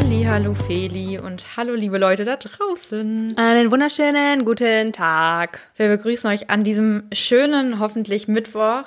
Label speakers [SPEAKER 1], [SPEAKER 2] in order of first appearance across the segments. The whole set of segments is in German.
[SPEAKER 1] Hallihallo Feli und hallo liebe Leute da draußen.
[SPEAKER 2] Einen wunderschönen guten Tag.
[SPEAKER 1] Wir begrüßen euch an diesem schönen, hoffentlich Mittwoch,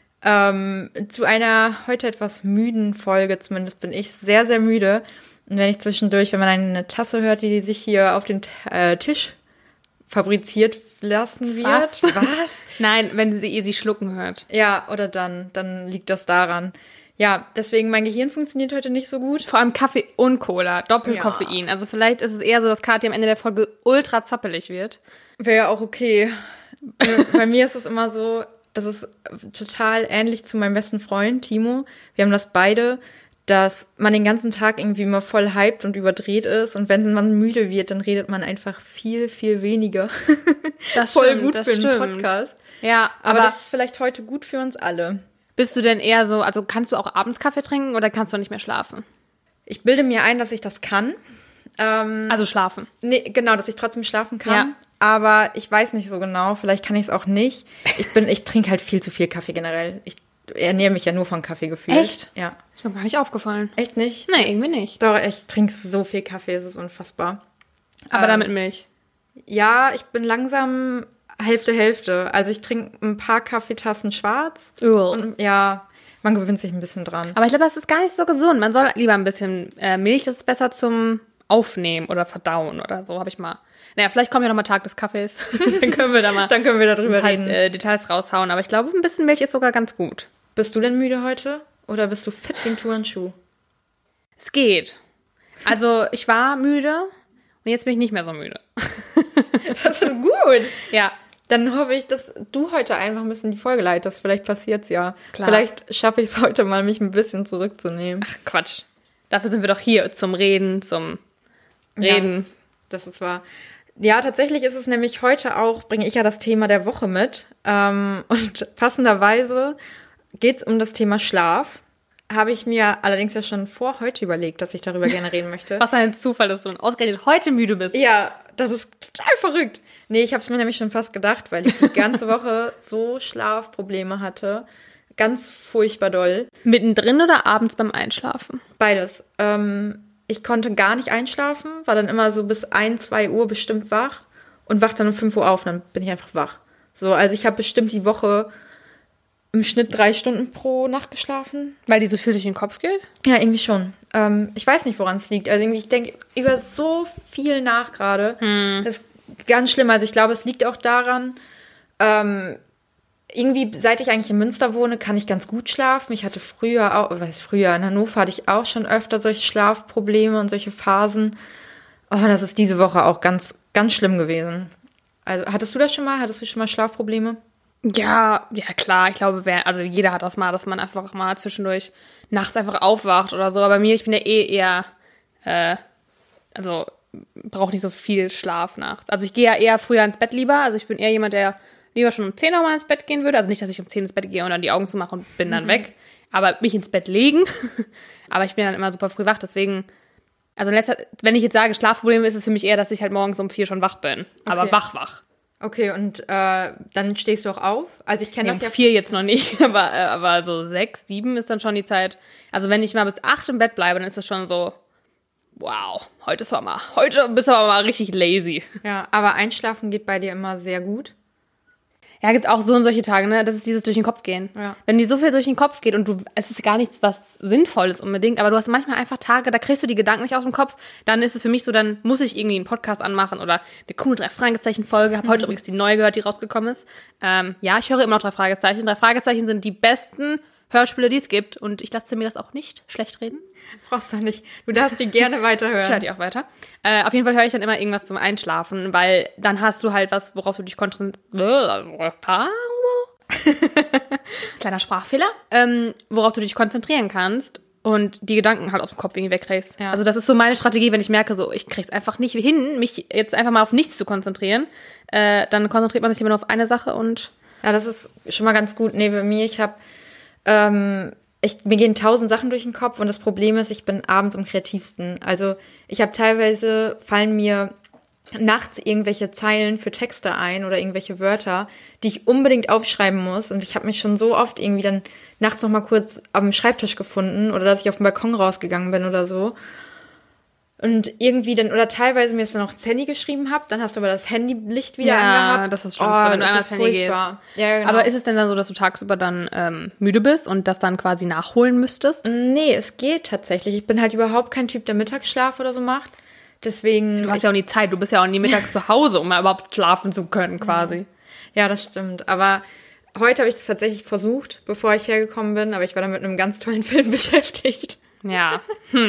[SPEAKER 1] zu einer heute etwas müden Folge. Zumindest bin ich sehr, sehr müde. Und wenn ich zwischendurch, wenn man eine Tasse hört, die sich hier auf den Tisch fabriziert lassen wird. Was?
[SPEAKER 2] Nein, wenn sie schlucken hört.
[SPEAKER 1] Ja, oder dann liegt das daran. Ja, deswegen mein Gehirn funktioniert heute nicht so gut.
[SPEAKER 2] Vor allem Kaffee und Cola, Doppelkoffein. Ja. Also vielleicht ist es eher so, dass Kathi am Ende der Folge ultra zappelig wird.
[SPEAKER 1] Wäre ja auch okay. Bei mir ist es immer so, das ist total ähnlich zu meinem besten Freund, Timo. Wir haben das beide, dass man den ganzen Tag irgendwie immer voll hyped und überdreht ist. Und wenn man müde wird, dann redet man einfach viel, viel weniger.
[SPEAKER 2] Das
[SPEAKER 1] voll
[SPEAKER 2] stimmt,
[SPEAKER 1] gut
[SPEAKER 2] das
[SPEAKER 1] für einen
[SPEAKER 2] stimmt.
[SPEAKER 1] Podcast.
[SPEAKER 2] Ja,
[SPEAKER 1] aber das ist vielleicht heute gut für uns alle.
[SPEAKER 2] Bist du denn eher so, also kannst du auch abends Kaffee trinken oder kannst du nicht mehr schlafen?
[SPEAKER 1] Ich bilde mir ein, dass ich das kann.
[SPEAKER 2] Also schlafen.
[SPEAKER 1] Nee, genau, dass ich trotzdem schlafen kann.
[SPEAKER 2] Ja.
[SPEAKER 1] Aber ich weiß nicht so genau, vielleicht kann ich es auch nicht. Ich trinke halt viel zu viel Kaffee generell. Ich ernähre mich ja nur von Kaffee gefühlt.
[SPEAKER 2] Echt?
[SPEAKER 1] Ja.
[SPEAKER 2] Ist mir gar nicht aufgefallen.
[SPEAKER 1] Echt nicht?
[SPEAKER 2] Nee, irgendwie nicht.
[SPEAKER 1] Doch, ich trinke so viel Kaffee, es ist unfassbar.
[SPEAKER 2] Aber dann mit Milch?
[SPEAKER 1] Ja, ich bin langsam Hälfte. Also ich trinke ein paar Kaffeetassen schwarz. Und ja, man gewöhnt sich ein bisschen dran.
[SPEAKER 2] Aber ich glaube, das ist gar nicht so gesund. Man soll lieber ein bisschen Milch, das ist besser zum Aufnehmen oder Verdauen oder so, habe ich mal. Naja, vielleicht kommt ja nochmal Tag des Kaffees. Dann können wir da mal
[SPEAKER 1] Dann können wir darüber
[SPEAKER 2] reden. Details raushauen. Aber ich glaube, ein bisschen Milch ist sogar ganz gut.
[SPEAKER 1] Bist du denn müde heute? Oder bist du fit wie ein Turnschuh?
[SPEAKER 2] Es geht. Also, ich war müde und jetzt bin ich nicht mehr so müde.
[SPEAKER 1] Das ist gut.
[SPEAKER 2] Ja.
[SPEAKER 1] Dann hoffe ich, dass du heute einfach ein bisschen die Folge leitest. Vielleicht passiert's ja.
[SPEAKER 2] Klar.
[SPEAKER 1] Vielleicht schaffe ich es heute mal, mich ein bisschen zurückzunehmen.
[SPEAKER 2] Ach, Quatsch. Dafür sind wir doch hier, zum Reden, zum Reden.
[SPEAKER 1] Ja, das ist wahr. Ja, tatsächlich ist es nämlich heute auch, bringe ich ja das Thema der Woche mit. Und passenderweise geht's um das Thema Schlaf. Habe ich mir allerdings ja schon vor heute überlegt, dass ich darüber gerne reden möchte.
[SPEAKER 2] Was ein Zufall, dass du ausgerechnet heute müde bist.
[SPEAKER 1] Ja, das ist total verrückt. Nee, ich habe es mir nämlich schon fast gedacht, weil ich die ganze Woche so Schlafprobleme hatte. Ganz furchtbar doll.
[SPEAKER 2] Mittendrin oder abends beim Einschlafen?
[SPEAKER 1] Beides. Ich konnte gar nicht einschlafen, war dann immer so bis 1, 2 Uhr bestimmt wach und wach dann um 5 Uhr auf, dann bin ich einfach wach. So, also ich habe bestimmt die Woche im Schnitt 3 Stunden pro Nacht geschlafen.
[SPEAKER 2] Weil die so viel durch den Kopf geht?
[SPEAKER 1] Ja, irgendwie schon. Ich weiß nicht, woran es liegt. Also irgendwie, ich denke über so viel nach gerade. Das ist ganz schlimm. Also ich glaube, es liegt auch daran, irgendwie, seit ich eigentlich in Münster wohne, kann ich ganz gut schlafen. Ich hatte früher auch, in Hannover hatte ich auch schon öfter solche Schlafprobleme und solche Phasen. Oh, das ist diese Woche auch ganz, ganz schlimm gewesen. Also, hattest du das schon mal? Hattest du schon mal Schlafprobleme?
[SPEAKER 2] Ja, klar. Ich glaube, jeder hat das mal, dass man einfach mal zwischendurch nachts einfach aufwacht oder so. Aber bei mir, ich bin ja eher, brauche nicht so viel Schlaf nachts. Also ich gehe ja eher früher ins Bett lieber. Also ich bin eher jemand, der lieber schon um 10 Uhr mal ins Bett gehen würde. Also nicht, dass ich um 10 ins Bett gehe und dann die Augen zumache und bin dann weg. Aber mich ins Bett legen. Aber ich bin dann immer super früh wach. Deswegen, also wenn ich jetzt sage Schlafprobleme, ist es für mich eher, dass ich halt morgens um 4 schon wach bin. Aber
[SPEAKER 1] Okay.
[SPEAKER 2] wach.
[SPEAKER 1] Okay, und dann stehst du auch auf? Also ich kenne das ja.
[SPEAKER 2] 4 jetzt noch nicht, aber so 6, 7 ist dann schon die Zeit. Also wenn ich mal bis 8 im Bett bleibe, dann ist es schon so, wow, heute bist du aber mal richtig lazy.
[SPEAKER 1] Ja, aber einschlafen geht bei dir immer sehr gut.
[SPEAKER 2] Ja, gibt auch so und solche Tage, ne? Das ist dieses durch den Kopf gehen.
[SPEAKER 1] Ja.
[SPEAKER 2] Wenn dir so viel durch den Kopf geht und es ist gar nichts, was Sinnvolles unbedingt, aber du hast manchmal einfach Tage, da kriegst du die Gedanken nicht aus dem Kopf, dann ist es für mich so, dann muss ich irgendwie einen Podcast anmachen oder eine coole 3-Fragezeichen-Folge. Habe heute übrigens die neue gehört, die rausgekommen ist. Ja, ich höre immer noch 3 Fragezeichen. 3 Fragezeichen sind die besten Hörspiele, die es gibt und ich lasse mir das auch nicht schlecht reden.
[SPEAKER 1] Brauchst du nicht. Du darfst die gerne weiterhören.
[SPEAKER 2] Ich höre die auch weiter. Auf jeden Fall höre ich dann immer irgendwas zum Einschlafen, weil dann hast du halt was, worauf du dich kleiner Sprachfehler, worauf du dich konzentrieren kannst und die Gedanken halt aus dem Kopf irgendwie wegkriegst. Ja. Also das ist so meine Strategie, wenn ich merke, so ich krieg's einfach nicht hin, mich jetzt einfach mal auf nichts zu konzentrieren, dann konzentriert man sich immer nur auf eine Sache und...
[SPEAKER 1] Ja, das ist schon mal ganz gut. Nee, bei mir, mir gehen 1000 Sachen durch den Kopf und das Problem ist, ich bin abends am kreativsten. Also ich habe teilweise, fallen mir nachts irgendwelche Zeilen für Texte ein oder irgendwelche Wörter, die ich unbedingt aufschreiben muss. Und ich habe mich schon so oft irgendwie dann nachts noch mal kurz am Schreibtisch gefunden oder dass ich auf den Balkon rausgegangen bin oder so. Und irgendwie dann, oder teilweise mir jetzt dann noch ins Handy geschrieben habe, dann hast du aber das Handylicht wieder angehabt.
[SPEAKER 2] Ja, das ist schon wenn du einmal ins Handy gehst.
[SPEAKER 1] Ja, genau.
[SPEAKER 2] Aber ist es denn dann so, dass du tagsüber dann müde bist und das dann quasi nachholen müsstest?
[SPEAKER 1] Nee, es geht tatsächlich. Ich bin halt überhaupt kein Typ, der Mittagsschlaf oder so macht. Deswegen.
[SPEAKER 2] Du hast ja auch nie Zeit, du bist ja auch nie mittags zu Hause, um mal überhaupt schlafen zu können, quasi.
[SPEAKER 1] Ja, das stimmt. Aber heute habe ich das tatsächlich versucht, bevor ich hergekommen bin, aber ich war dann mit einem ganz tollen Film beschäftigt.
[SPEAKER 2] Ja.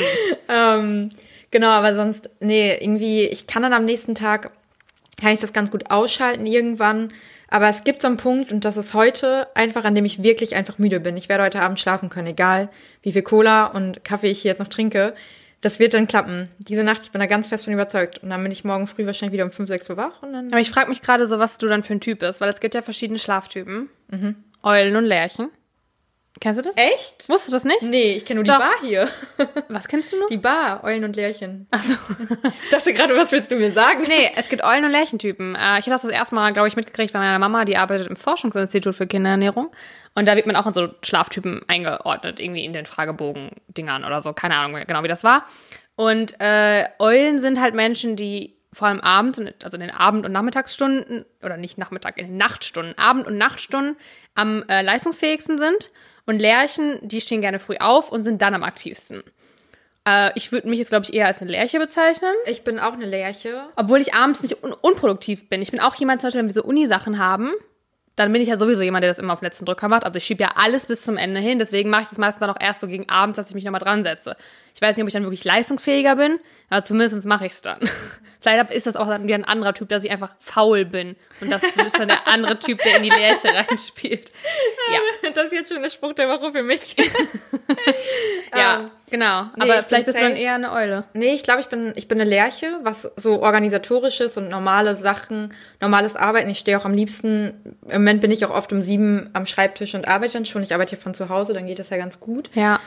[SPEAKER 1] Genau, aber sonst, nee, irgendwie, ich kann dann am nächsten Tag, kann ich das ganz gut ausschalten irgendwann. Aber es gibt so einen Punkt, und das ist heute einfach, an dem ich wirklich einfach müde bin. Ich werde heute Abend schlafen können, egal wie viel Cola und Kaffee ich hier jetzt noch trinke. Das wird dann klappen. Diese Nacht, ich bin da ganz fest von überzeugt. Und dann bin ich morgen früh wahrscheinlich wieder um 5, 6 Uhr wach. Und dann
[SPEAKER 2] Aber ich frage mich gerade so, was du dann für ein Typ bist, weil es gibt ja verschiedene Schlaftypen. Eulen und Lerchen. Kennst du das?
[SPEAKER 1] Echt?
[SPEAKER 2] Wusstest du das nicht?
[SPEAKER 1] Nee, ich kenne nur die
[SPEAKER 2] Doch.
[SPEAKER 1] Bar hier.
[SPEAKER 2] Was kennst du noch?
[SPEAKER 1] Die Bar, Eulen und Lerchen. Achso. Ich dachte gerade, was willst du mir sagen?
[SPEAKER 2] Nee, es gibt Eulen- und Lerchentypen. Ich habe das erste Mal, glaube ich, mitgekriegt bei meiner Mama, die arbeitet im Forschungsinstitut für Kinderernährung. Und da wird man auch in so Schlaftypen eingeordnet, irgendwie in den Fragebogen-Dingern oder so. Keine Ahnung genau, wie das war. Und Eulen sind halt Menschen, die vor allem abends, also in den Abend- und Nachmittagsstunden, oder nicht Nachmittag, in den Nachtstunden, Abend- und Nachtstunden am leistungsfähigsten sind. Und Lerchen, die stehen gerne früh auf und sind dann am aktivsten. Ich würde mich jetzt, glaube ich, eher als eine Lerche bezeichnen.
[SPEAKER 1] Ich bin auch eine Lerche.
[SPEAKER 2] Obwohl ich abends nicht unproduktiv bin. Ich bin auch jemand, zum Beispiel, wenn wir so Uni-Sachen haben, dann bin ich ja sowieso jemand, der das immer auf letzten Drücker macht. Also ich schiebe ja alles bis zum Ende hin. Deswegen mache ich das meistens dann auch erst so gegen abends, dass ich mich nochmal dran setze. Ich weiß nicht, ob ich dann wirklich leistungsfähiger bin, aber zumindest mache ich es dann. Vielleicht ist das auch dann wieder ein anderer Typ, dass ich einfach faul bin. Und das ist dann der andere Typ, der in die Lerche reinspielt. Ja.
[SPEAKER 1] Das ist jetzt schon der Spruch der Woche für mich.
[SPEAKER 2] Ja, genau.
[SPEAKER 1] Nee,
[SPEAKER 2] aber
[SPEAKER 1] ich
[SPEAKER 2] vielleicht
[SPEAKER 1] bin
[SPEAKER 2] bist du dann
[SPEAKER 1] safe.
[SPEAKER 2] eher eine Eule.
[SPEAKER 1] Nee, ich glaube, ich bin eine Lerche, was so organisatorisches und normale Sachen, normales Arbeiten. Ich stehe auch am liebsten, im Moment bin ich auch oft um 7 am Schreibtisch und arbeite dann schon. Ich arbeite hier von zu Hause, dann geht das ja ganz gut.
[SPEAKER 2] Ja.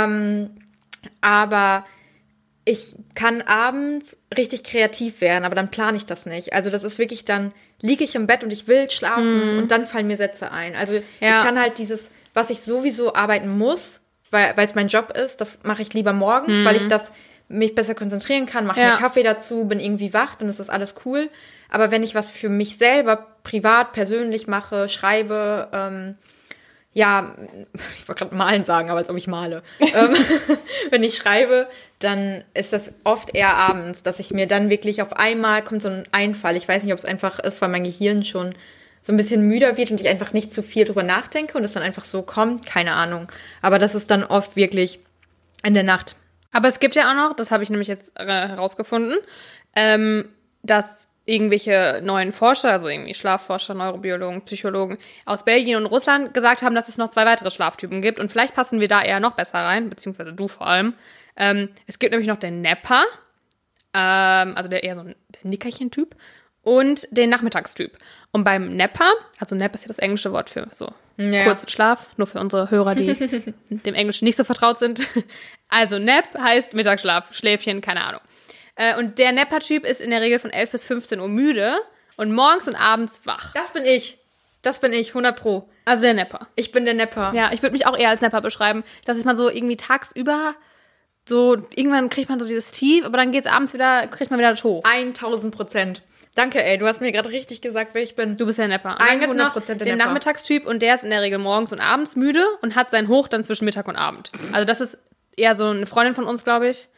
[SPEAKER 1] Aber ich kann abends richtig kreativ werden, aber dann plane ich das nicht. Also das ist wirklich, dann liege ich im Bett und ich will schlafen und dann fallen mir Sätze ein. Also ich kann halt dieses, was ich sowieso arbeiten muss, weil es mein Job ist, das mache ich lieber morgens, weil ich mich besser konzentrieren kann, mache mir Kaffee dazu, bin irgendwie wach, dann ist das alles cool. Aber wenn ich was für mich selber privat, persönlich mache, schreibe, ich wollte gerade malen sagen, aber als ob ich male. Wenn ich schreibe, dann ist das oft eher abends, dass ich mir dann wirklich auf einmal kommt so ein Einfall. Ich weiß nicht, ob es einfach ist, weil mein Gehirn schon so ein bisschen müder wird und ich einfach nicht zu viel drüber nachdenke und es dann einfach so kommt, keine Ahnung. Aber das ist dann oft wirklich in der Nacht.
[SPEAKER 2] Aber es gibt ja auch noch, das habe ich nämlich jetzt herausgefunden, dass irgendwelche neuen Forscher, also irgendwie Schlafforscher, Neurobiologen, Psychologen aus Belgien und Russland gesagt haben, dass es noch 2 weitere Schlaftypen gibt. Und vielleicht passen wir da eher noch besser rein, beziehungsweise du vor allem. Es gibt nämlich noch den Napper, also der eher so ein Nickerchen-Typ, und den Nachmittagstyp. Und beim Napper, also Nap ist ja das englische Wort für so kurzen Schlaf, nur für unsere Hörer, die dem Englischen nicht so vertraut sind. Also Nap heißt Mittagsschlaf, Schläfchen, keine Ahnung. Und der Napper-Typ ist in der Regel von 11 bis 15 Uhr müde und morgens und abends wach.
[SPEAKER 1] Das bin ich, 100 Pro.
[SPEAKER 2] Also der Napper.
[SPEAKER 1] Ich bin der Napper.
[SPEAKER 2] Ja, ich würde mich auch eher als Napper beschreiben. Das ist man so irgendwie tagsüber, so irgendwann kriegt man so dieses Tief, aber dann geht's abends wieder, kriegt man wieder das hoch.
[SPEAKER 1] 1000%. Danke, ey, du hast mir gerade richtig gesagt, wer ich bin.
[SPEAKER 2] Du bist der Napper. Und dann gibt's noch
[SPEAKER 1] 100% der
[SPEAKER 2] den
[SPEAKER 1] Napper.
[SPEAKER 2] Nachmittagstyp und der ist in der Regel morgens und abends müde und hat sein Hoch dann zwischen Mittag und Abend. Also das ist eher so eine Freundin von uns, glaube ich,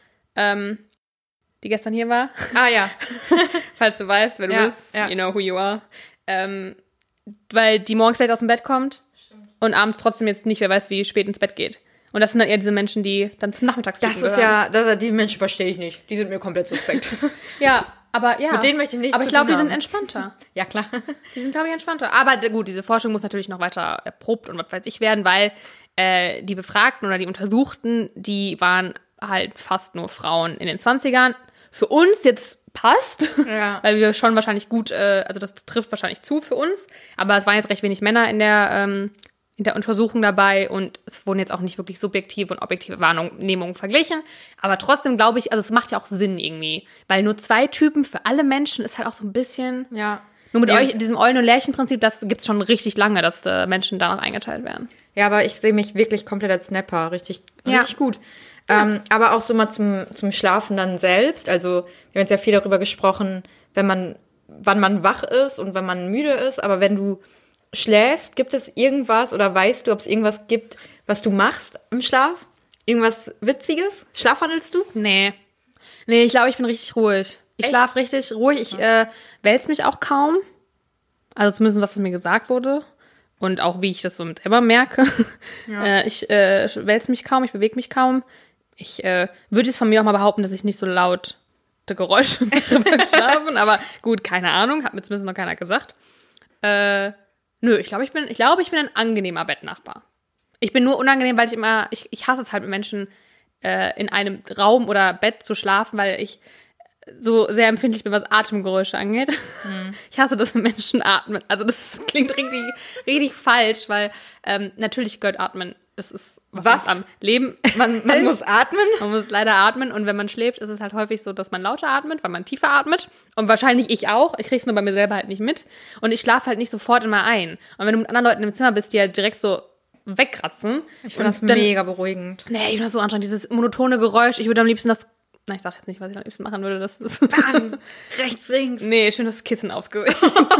[SPEAKER 2] die gestern hier war.
[SPEAKER 1] Ah ja.
[SPEAKER 2] Falls du weißt, wer du bist, you know who you are. Weil die morgens vielleicht aus dem Bett kommt und abends trotzdem jetzt nicht, wer weiß, wie spät ins Bett geht. Und das sind dann eher diese Menschen, die dann zum Nachmittagstypen gehören.
[SPEAKER 1] Die Menschen verstehe ich nicht. Die sind mir komplett suspekt.
[SPEAKER 2] Ja, aber ja.
[SPEAKER 1] Mit denen möchte ich nichts
[SPEAKER 2] Aber ich
[SPEAKER 1] zu tun
[SPEAKER 2] glaube, die sind
[SPEAKER 1] haben.
[SPEAKER 2] entspannter.
[SPEAKER 1] Ja, klar.
[SPEAKER 2] Die sind, glaube ich, entspannter. Aber gut, diese Forschung muss natürlich noch weiter erprobt und was weiß ich werden, weil die Befragten oder die Untersuchten, die waren halt fast nur Frauen in den 20ern. Für uns jetzt passt, weil wir schon wahrscheinlich gut, also das trifft wahrscheinlich zu für uns, aber es waren jetzt recht wenig Männer in der Untersuchung dabei und es wurden jetzt auch nicht wirklich subjektive und objektive Wahrnehmungen verglichen, aber trotzdem glaube ich, also es macht ja auch Sinn irgendwie, weil nur 2 Typen für alle Menschen ist halt auch so ein bisschen, nur mit euch, diesem Eulen- und Lerchen-Prinzip, das gibt's schon richtig lange, dass Menschen danach eingeteilt werden.
[SPEAKER 1] Ja, aber ich sehe mich wirklich komplett als Snapper, richtig gut. Aber auch so mal zum Schlafen dann selbst. Also wir haben jetzt ja viel darüber gesprochen, wann man wach ist und wenn man müde ist. Aber wenn du schläfst, gibt es irgendwas oder weißt du, ob es irgendwas gibt, was du machst im Schlaf? Irgendwas Witziges? Schlafwandelst du?
[SPEAKER 2] Nee, ich glaube, ich bin richtig ruhig. Ich schlafe richtig ruhig. Ich wälze mich auch kaum. Also zumindest, was mir gesagt wurde. Und auch, wie ich das so selber merke. Ja. Ich wälze mich kaum, ich bewege mich kaum. Ich würde jetzt von mir auch mal behaupten, dass ich nicht so laute Geräusche mache beim Schlafen. Aber gut, keine Ahnung. Hat mir zumindest noch keiner gesagt. Nö, ich glaube, ich bin ein angenehmer Bettnachbar. Ich bin nur unangenehm, weil ich hasse es halt mit Menschen in einem Raum oder Bett zu schlafen, weil ich so sehr empfindlich bin, was Atemgeräusche angeht. Ich hasse das, wenn Menschen atmen. Also das klingt richtig, richtig falsch, weil natürlich gehört Atmen. Das ist was am Leben.
[SPEAKER 1] Man muss atmen?
[SPEAKER 2] Man muss leider atmen. Und wenn man schläft, ist es halt häufig so, dass man lauter atmet, weil man tiefer atmet. Und wahrscheinlich ich auch. Ich krieg's nur bei mir selber halt nicht mit. Und ich schlafe halt nicht sofort immer ein. Und wenn du mit anderen Leuten im Zimmer bist, die halt direkt so wegkratzen.
[SPEAKER 1] Ich finde das mega beruhigend.
[SPEAKER 2] Nee, ich finde das so anstrengend. Dieses monotone Geräusch. Ich würde am liebsten das... Nein, ich sag jetzt nicht, was ich am liebsten machen würde. Das ist
[SPEAKER 1] Bam! Rechts, links.
[SPEAKER 2] Nee, schön das Kissen ausgewählt.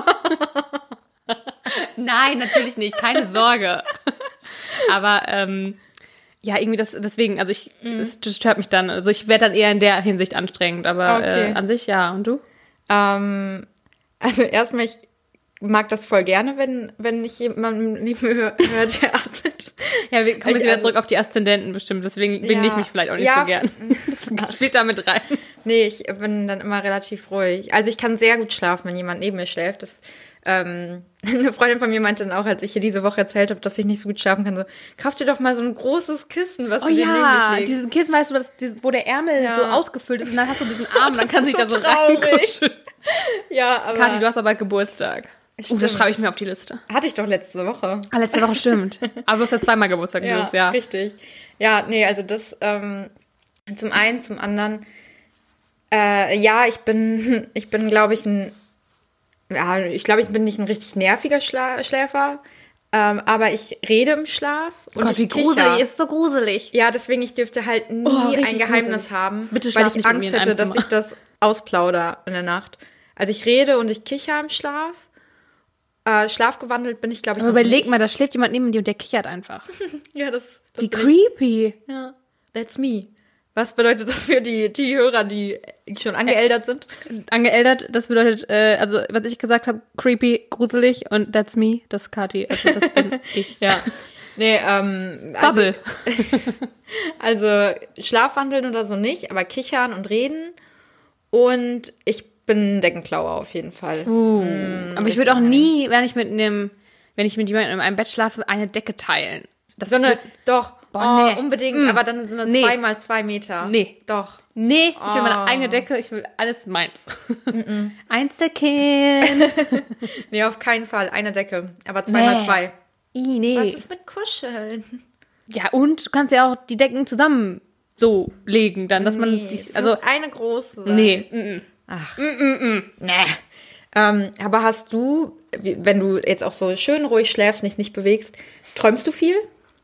[SPEAKER 2] Nein, natürlich nicht. Keine Sorge. Aber, ja, irgendwie deswegen, also das stört mich dann. Also ich werde dann eher in der Hinsicht anstrengend. Aber an sich, ja. Und du?
[SPEAKER 1] Also erstmal, ich mag das voll gerne, wenn ich jemanden neben mir höre, der atmet.
[SPEAKER 2] Ja, wir kommen jetzt wieder zurück auf die Aszendenten bestimmt, deswegen binde ich mich vielleicht auch nicht so gern. Das spielt da mit rein. Nee, ich bin dann immer relativ ruhig. Also ich kann sehr gut schlafen, wenn jemand neben mir schläft. Eine Freundin von mir meinte dann auch, als ich hier diese Woche erzählt habe, dass ich nicht so gut schlafen kann, so, kauf dir doch mal so ein großes Kissen, was du dir neben dich legst. Dieses Kissen, weißt du, wo der Ärmel so ausgefüllt ist und dann hast du diesen Arm, dann kannst du dich da so reinkuscheln. Ja, aber... Kathi, du hast aber bald Geburtstag. Das schreibe ich mir auf die Liste.
[SPEAKER 1] Hatte ich doch letzte Woche.
[SPEAKER 2] Letzte Woche, stimmt. Aber du hast ja zweimal Geburtstag dieses Jahr.
[SPEAKER 1] Ja, richtig. Ja, nee, also das zum einen, zum anderen ich bin glaube ich, ich bin nicht ein richtig nerviger Schläfer, aber ich rede im Schlaf und
[SPEAKER 2] Gott, wie gruselig, ist so gruselig.
[SPEAKER 1] Ja, deswegen, ich dürfte halt nie ein Geheimnis haben,
[SPEAKER 2] bitte
[SPEAKER 1] weil ich
[SPEAKER 2] nicht
[SPEAKER 1] Angst hätte, dass ich das ausplaudere in der Nacht. Also ich rede und ich kicher im Schlaf. Schlafgewandelt bin ich, glaube ich,
[SPEAKER 2] aber überleg mal, da schläft jemand neben dir und der kichert einfach.
[SPEAKER 1] Ja, das
[SPEAKER 2] wie creepy.
[SPEAKER 1] Ja, that's me. Was bedeutet das für die Hörer, die schon angeeldert sind?
[SPEAKER 2] Angeeldert, das bedeutet, also was ich gesagt habe, creepy, gruselig und that's me, das ist Kathi, also das bin ich.
[SPEAKER 1] Ja. Nee,
[SPEAKER 2] Bubble.
[SPEAKER 1] Also Schlafwandeln oder so nicht, aber kichern und reden. Und ich bin Deckenklauer auf jeden Fall.
[SPEAKER 2] Aber ich würde auch nie, wenn ich mit jemandem in einem Bett schlafe, eine Decke teilen.
[SPEAKER 1] Unbedingt, aber dann so eine 2x2 Meter.
[SPEAKER 2] Nee.
[SPEAKER 1] Doch.
[SPEAKER 2] Nee, ich will meine eigene Decke, ich will alles meins. Einzelkind.
[SPEAKER 1] Nee, auf keinen Fall. Eine Decke, aber 2x2.
[SPEAKER 2] Nee.
[SPEAKER 1] Was ist mit Kuscheln?
[SPEAKER 2] Ja, und du kannst ja auch die Decken zusammen so legen, dann, dass man
[SPEAKER 1] es muss eine große sein.
[SPEAKER 2] Nee.
[SPEAKER 1] Ach. Nee. Aber hast du, wenn du jetzt auch so schön ruhig schläfst, nicht bewegst, träumst du viel?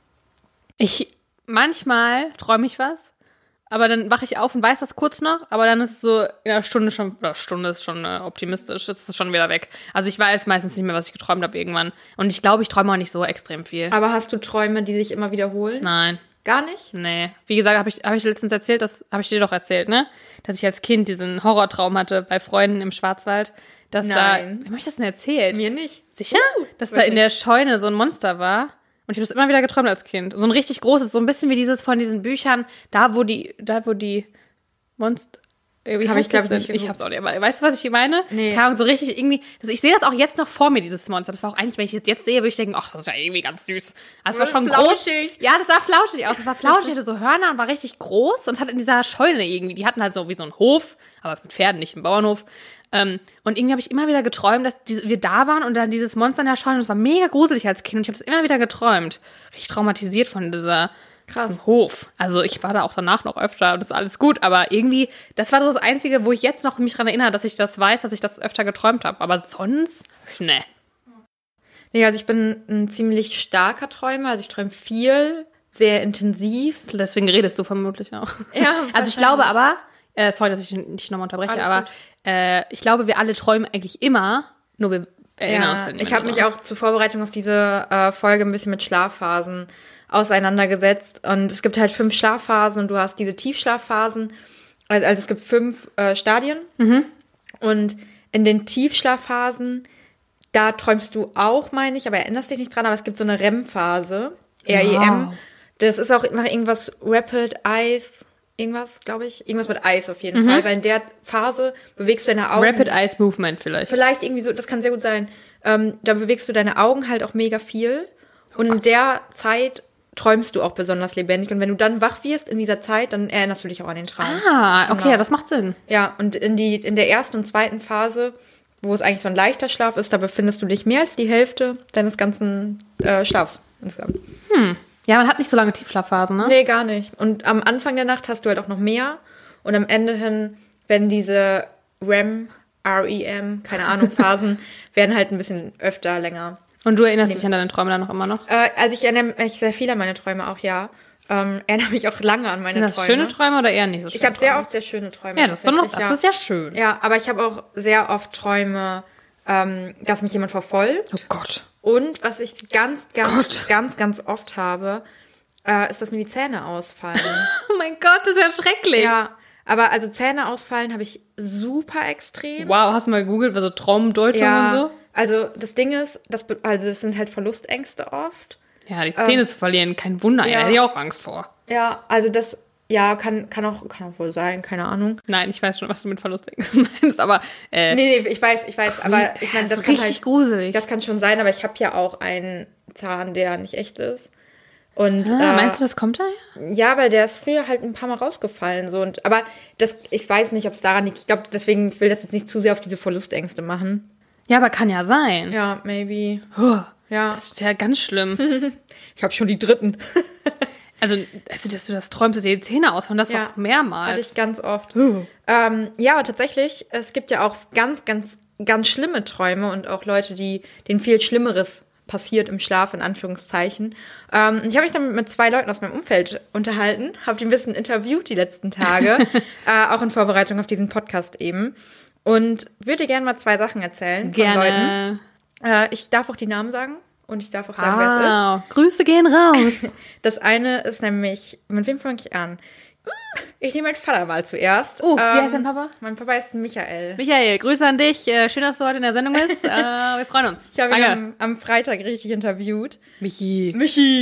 [SPEAKER 2] Manchmal träume ich was, aber dann wache ich auf und weiß das kurz noch, aber dann ist es so in einer Stunde schon, oder Stunde ist schon optimistisch, ist es schon wieder weg. Also ich weiß meistens nicht mehr, was ich geträumt habe irgendwann. Und ich glaube, ich träume auch nicht so extrem viel.
[SPEAKER 1] Aber hast du Träume, die sich immer wiederholen?
[SPEAKER 2] Nein.
[SPEAKER 1] Gar nicht?
[SPEAKER 2] Nee. Wie gesagt, habe ich letztens erzählt, das habe ich dir doch erzählt, ne? Dass ich als Kind diesen Horrortraum hatte bei Freunden im Schwarzwald. Dass
[SPEAKER 1] Nein.
[SPEAKER 2] Wem habe ich das denn erzählt?
[SPEAKER 1] Mir nicht.
[SPEAKER 2] Sicher? Dass da in der Scheune so ein Monster war. Und ich habe das immer wieder geträumt als Kind. So ein richtig großes, so ein bisschen wie dieses von diesen Büchern, da wo die Monster...
[SPEAKER 1] Habe ich, glaube ich, nicht.
[SPEAKER 2] Ich hab's auch nicht, aber weißt du, was ich meine?
[SPEAKER 1] Nee.
[SPEAKER 2] Keine Ahnung, so richtig irgendwie, ich sehe das auch jetzt noch vor mir, dieses Monster. Das war auch eigentlich, wenn ich es jetzt sehe, würde ich denken, ach, das ist ja irgendwie ganz süß. Also es war schon
[SPEAKER 1] flauschig.
[SPEAKER 2] Groß. Ja, das sah flauschig aus. Es war flauschig, hatte so Hörner und war richtig groß und hat in dieser Scheune irgendwie, die hatten halt so wie so einen Hof, aber mit Pferden, nicht im Bauernhof. Und irgendwie habe ich immer wieder geträumt, dass wir da waren und dann dieses Monster in der Scheune, das war mega gruselig als Kind und ich habe das immer wieder geträumt. Richtig traumatisiert von diesem Hof. Also ich war da auch danach noch öfter und das ist alles gut, aber irgendwie, das war so das Einzige, wo ich jetzt noch mich dran erinnere, dass ich das weiß, dass ich das öfter geträumt habe. Aber sonst, ne.
[SPEAKER 1] Nee, also ich bin ein ziemlich starker Träumer, also ich träume viel, sehr intensiv.
[SPEAKER 2] Deswegen redest du vermutlich auch.
[SPEAKER 1] Ja,
[SPEAKER 2] also ich glaube aber, sorry, dass ich dich nochmal unterbreche, aber ich glaube, wir alle träumen eigentlich immer, nur wir erinnern uns nicht.
[SPEAKER 1] Ich habe mich auch zur Vorbereitung auf diese Folge ein bisschen mit Schlafphasen auseinandergesetzt. Und es gibt halt 5 Schlafphasen und du hast diese Tiefschlafphasen. Also es gibt 5 Stadien. Und in den Tiefschlafphasen, da träumst du auch, meine ich, aber erinnerst dich nicht dran, aber es gibt so eine REM-Phase, REM.
[SPEAKER 2] Wow.
[SPEAKER 1] Das ist auch nach irgendwas Rapid Eyes, irgendwas, glaube ich. Irgendwas mit Eis auf jeden Fall, weil in der Phase bewegst du deine Augen.
[SPEAKER 2] Rapid Eye Movement vielleicht.
[SPEAKER 1] Vielleicht irgendwie so, das kann sehr gut sein. Da bewegst du deine Augen halt auch mega viel. Und in der Zeit träumst du auch besonders lebendig. Und wenn du dann wach wirst in dieser Zeit, dann erinnerst du dich auch an den Traum.
[SPEAKER 2] Ah, okay,
[SPEAKER 1] Genau.
[SPEAKER 2] das macht Sinn.
[SPEAKER 1] Ja, und in der ersten und zweiten Phase, wo es eigentlich so ein leichter Schlaf ist, da befindest du dich mehr als die Hälfte deines ganzen Schlafs insgesamt.
[SPEAKER 2] Ja, man hat nicht so lange Tiefschlafphasen, ne?
[SPEAKER 1] Nee, gar nicht. Und am Anfang der Nacht hast du halt auch noch mehr. Und am Ende hin, wenn diese REM, keine Ahnung, Phasen, werden halt ein bisschen öfter länger.
[SPEAKER 2] Und du erinnerst dich an deine Träume dann noch immer noch?
[SPEAKER 1] Also ich erinnere mich sehr viel an meine Träume auch, ja. Erinnere mich auch lange an meine
[SPEAKER 2] Sind das
[SPEAKER 1] Träume.
[SPEAKER 2] schöne Träume oder eher nicht so schöne
[SPEAKER 1] Ich habe sehr
[SPEAKER 2] Träume?
[SPEAKER 1] oft sehr schöne Träume.
[SPEAKER 2] Ja, das ist doch noch,
[SPEAKER 1] tatsächlich,
[SPEAKER 2] das ist ja schön.
[SPEAKER 1] Ja, aber ich habe auch sehr oft Träume, dass mich jemand verfolgt.
[SPEAKER 2] Oh Gott.
[SPEAKER 1] Und was ich ganz oft habe, ist, dass mir die Zähne ausfallen.
[SPEAKER 2] Oh mein Gott, das ist ja schrecklich.
[SPEAKER 1] Ja, aber also Zähne ausfallen habe ich super extrem.
[SPEAKER 2] Wow, hast du mal gegoogelt, also Traumdeutung und so?
[SPEAKER 1] Also das Ding ist, das sind halt Verlustängste oft.
[SPEAKER 2] Ja, die Zähne zu verlieren, kein Wunder, ja. Da hätte ich auch Angst vor.
[SPEAKER 1] Ja, also das, ja, kann auch wohl sein, keine Ahnung.
[SPEAKER 2] Nein, ich weiß schon, was du mit Verlustängsten meinst, aber
[SPEAKER 1] Nee, ich weiß, aber ich meine, das kann
[SPEAKER 2] richtig
[SPEAKER 1] halt
[SPEAKER 2] gruselig.
[SPEAKER 1] Das kann schon sein, aber ich habe ja auch einen Zahn, der nicht echt ist. Und
[SPEAKER 2] meinst du, das kommt daher?
[SPEAKER 1] ja, weil der ist früher halt ein paar Mal rausgefallen so aber ich weiß nicht, ob es daran liegt. Ich glaube, deswegen will das jetzt nicht zu sehr auf diese Verlustängste machen.
[SPEAKER 2] Ja, aber kann ja sein.
[SPEAKER 1] Ja, maybe. Ja.
[SPEAKER 2] Das ist ja ganz schlimm.
[SPEAKER 1] Ich habe schon die dritten.
[SPEAKER 2] Also, dass du das träumst, dass dir die Zähne ausfallen, das doch mehrmals.
[SPEAKER 1] Hatte ich ganz oft. Ja, aber tatsächlich, es gibt ja auch ganz schlimme Träume und auch Leute, denen viel Schlimmeres passiert im Schlaf, in Anführungszeichen. Ich habe mich dann mit 2 Leuten aus meinem Umfeld unterhalten, habe die ein bisschen interviewt die letzten Tage, auch in Vorbereitung auf diesen Podcast eben. Und würde gerne mal 2 Sachen erzählen von Leuten. Ich darf auch die Namen sagen und ich darf auch sagen, wer es ist.
[SPEAKER 2] Grüße gehen raus.
[SPEAKER 1] Das eine ist nämlich, mit wem fange ich an? Ich nehme meinen Vater mal zuerst.
[SPEAKER 2] Wie heißt dein Papa?
[SPEAKER 1] Mein Papa ist Michael.
[SPEAKER 2] Michael, Grüße an dich. Schön, dass du heute in der Sendung bist. Wir freuen uns.
[SPEAKER 1] Ich habe ihn am Freitag richtig interviewt.
[SPEAKER 2] Michi,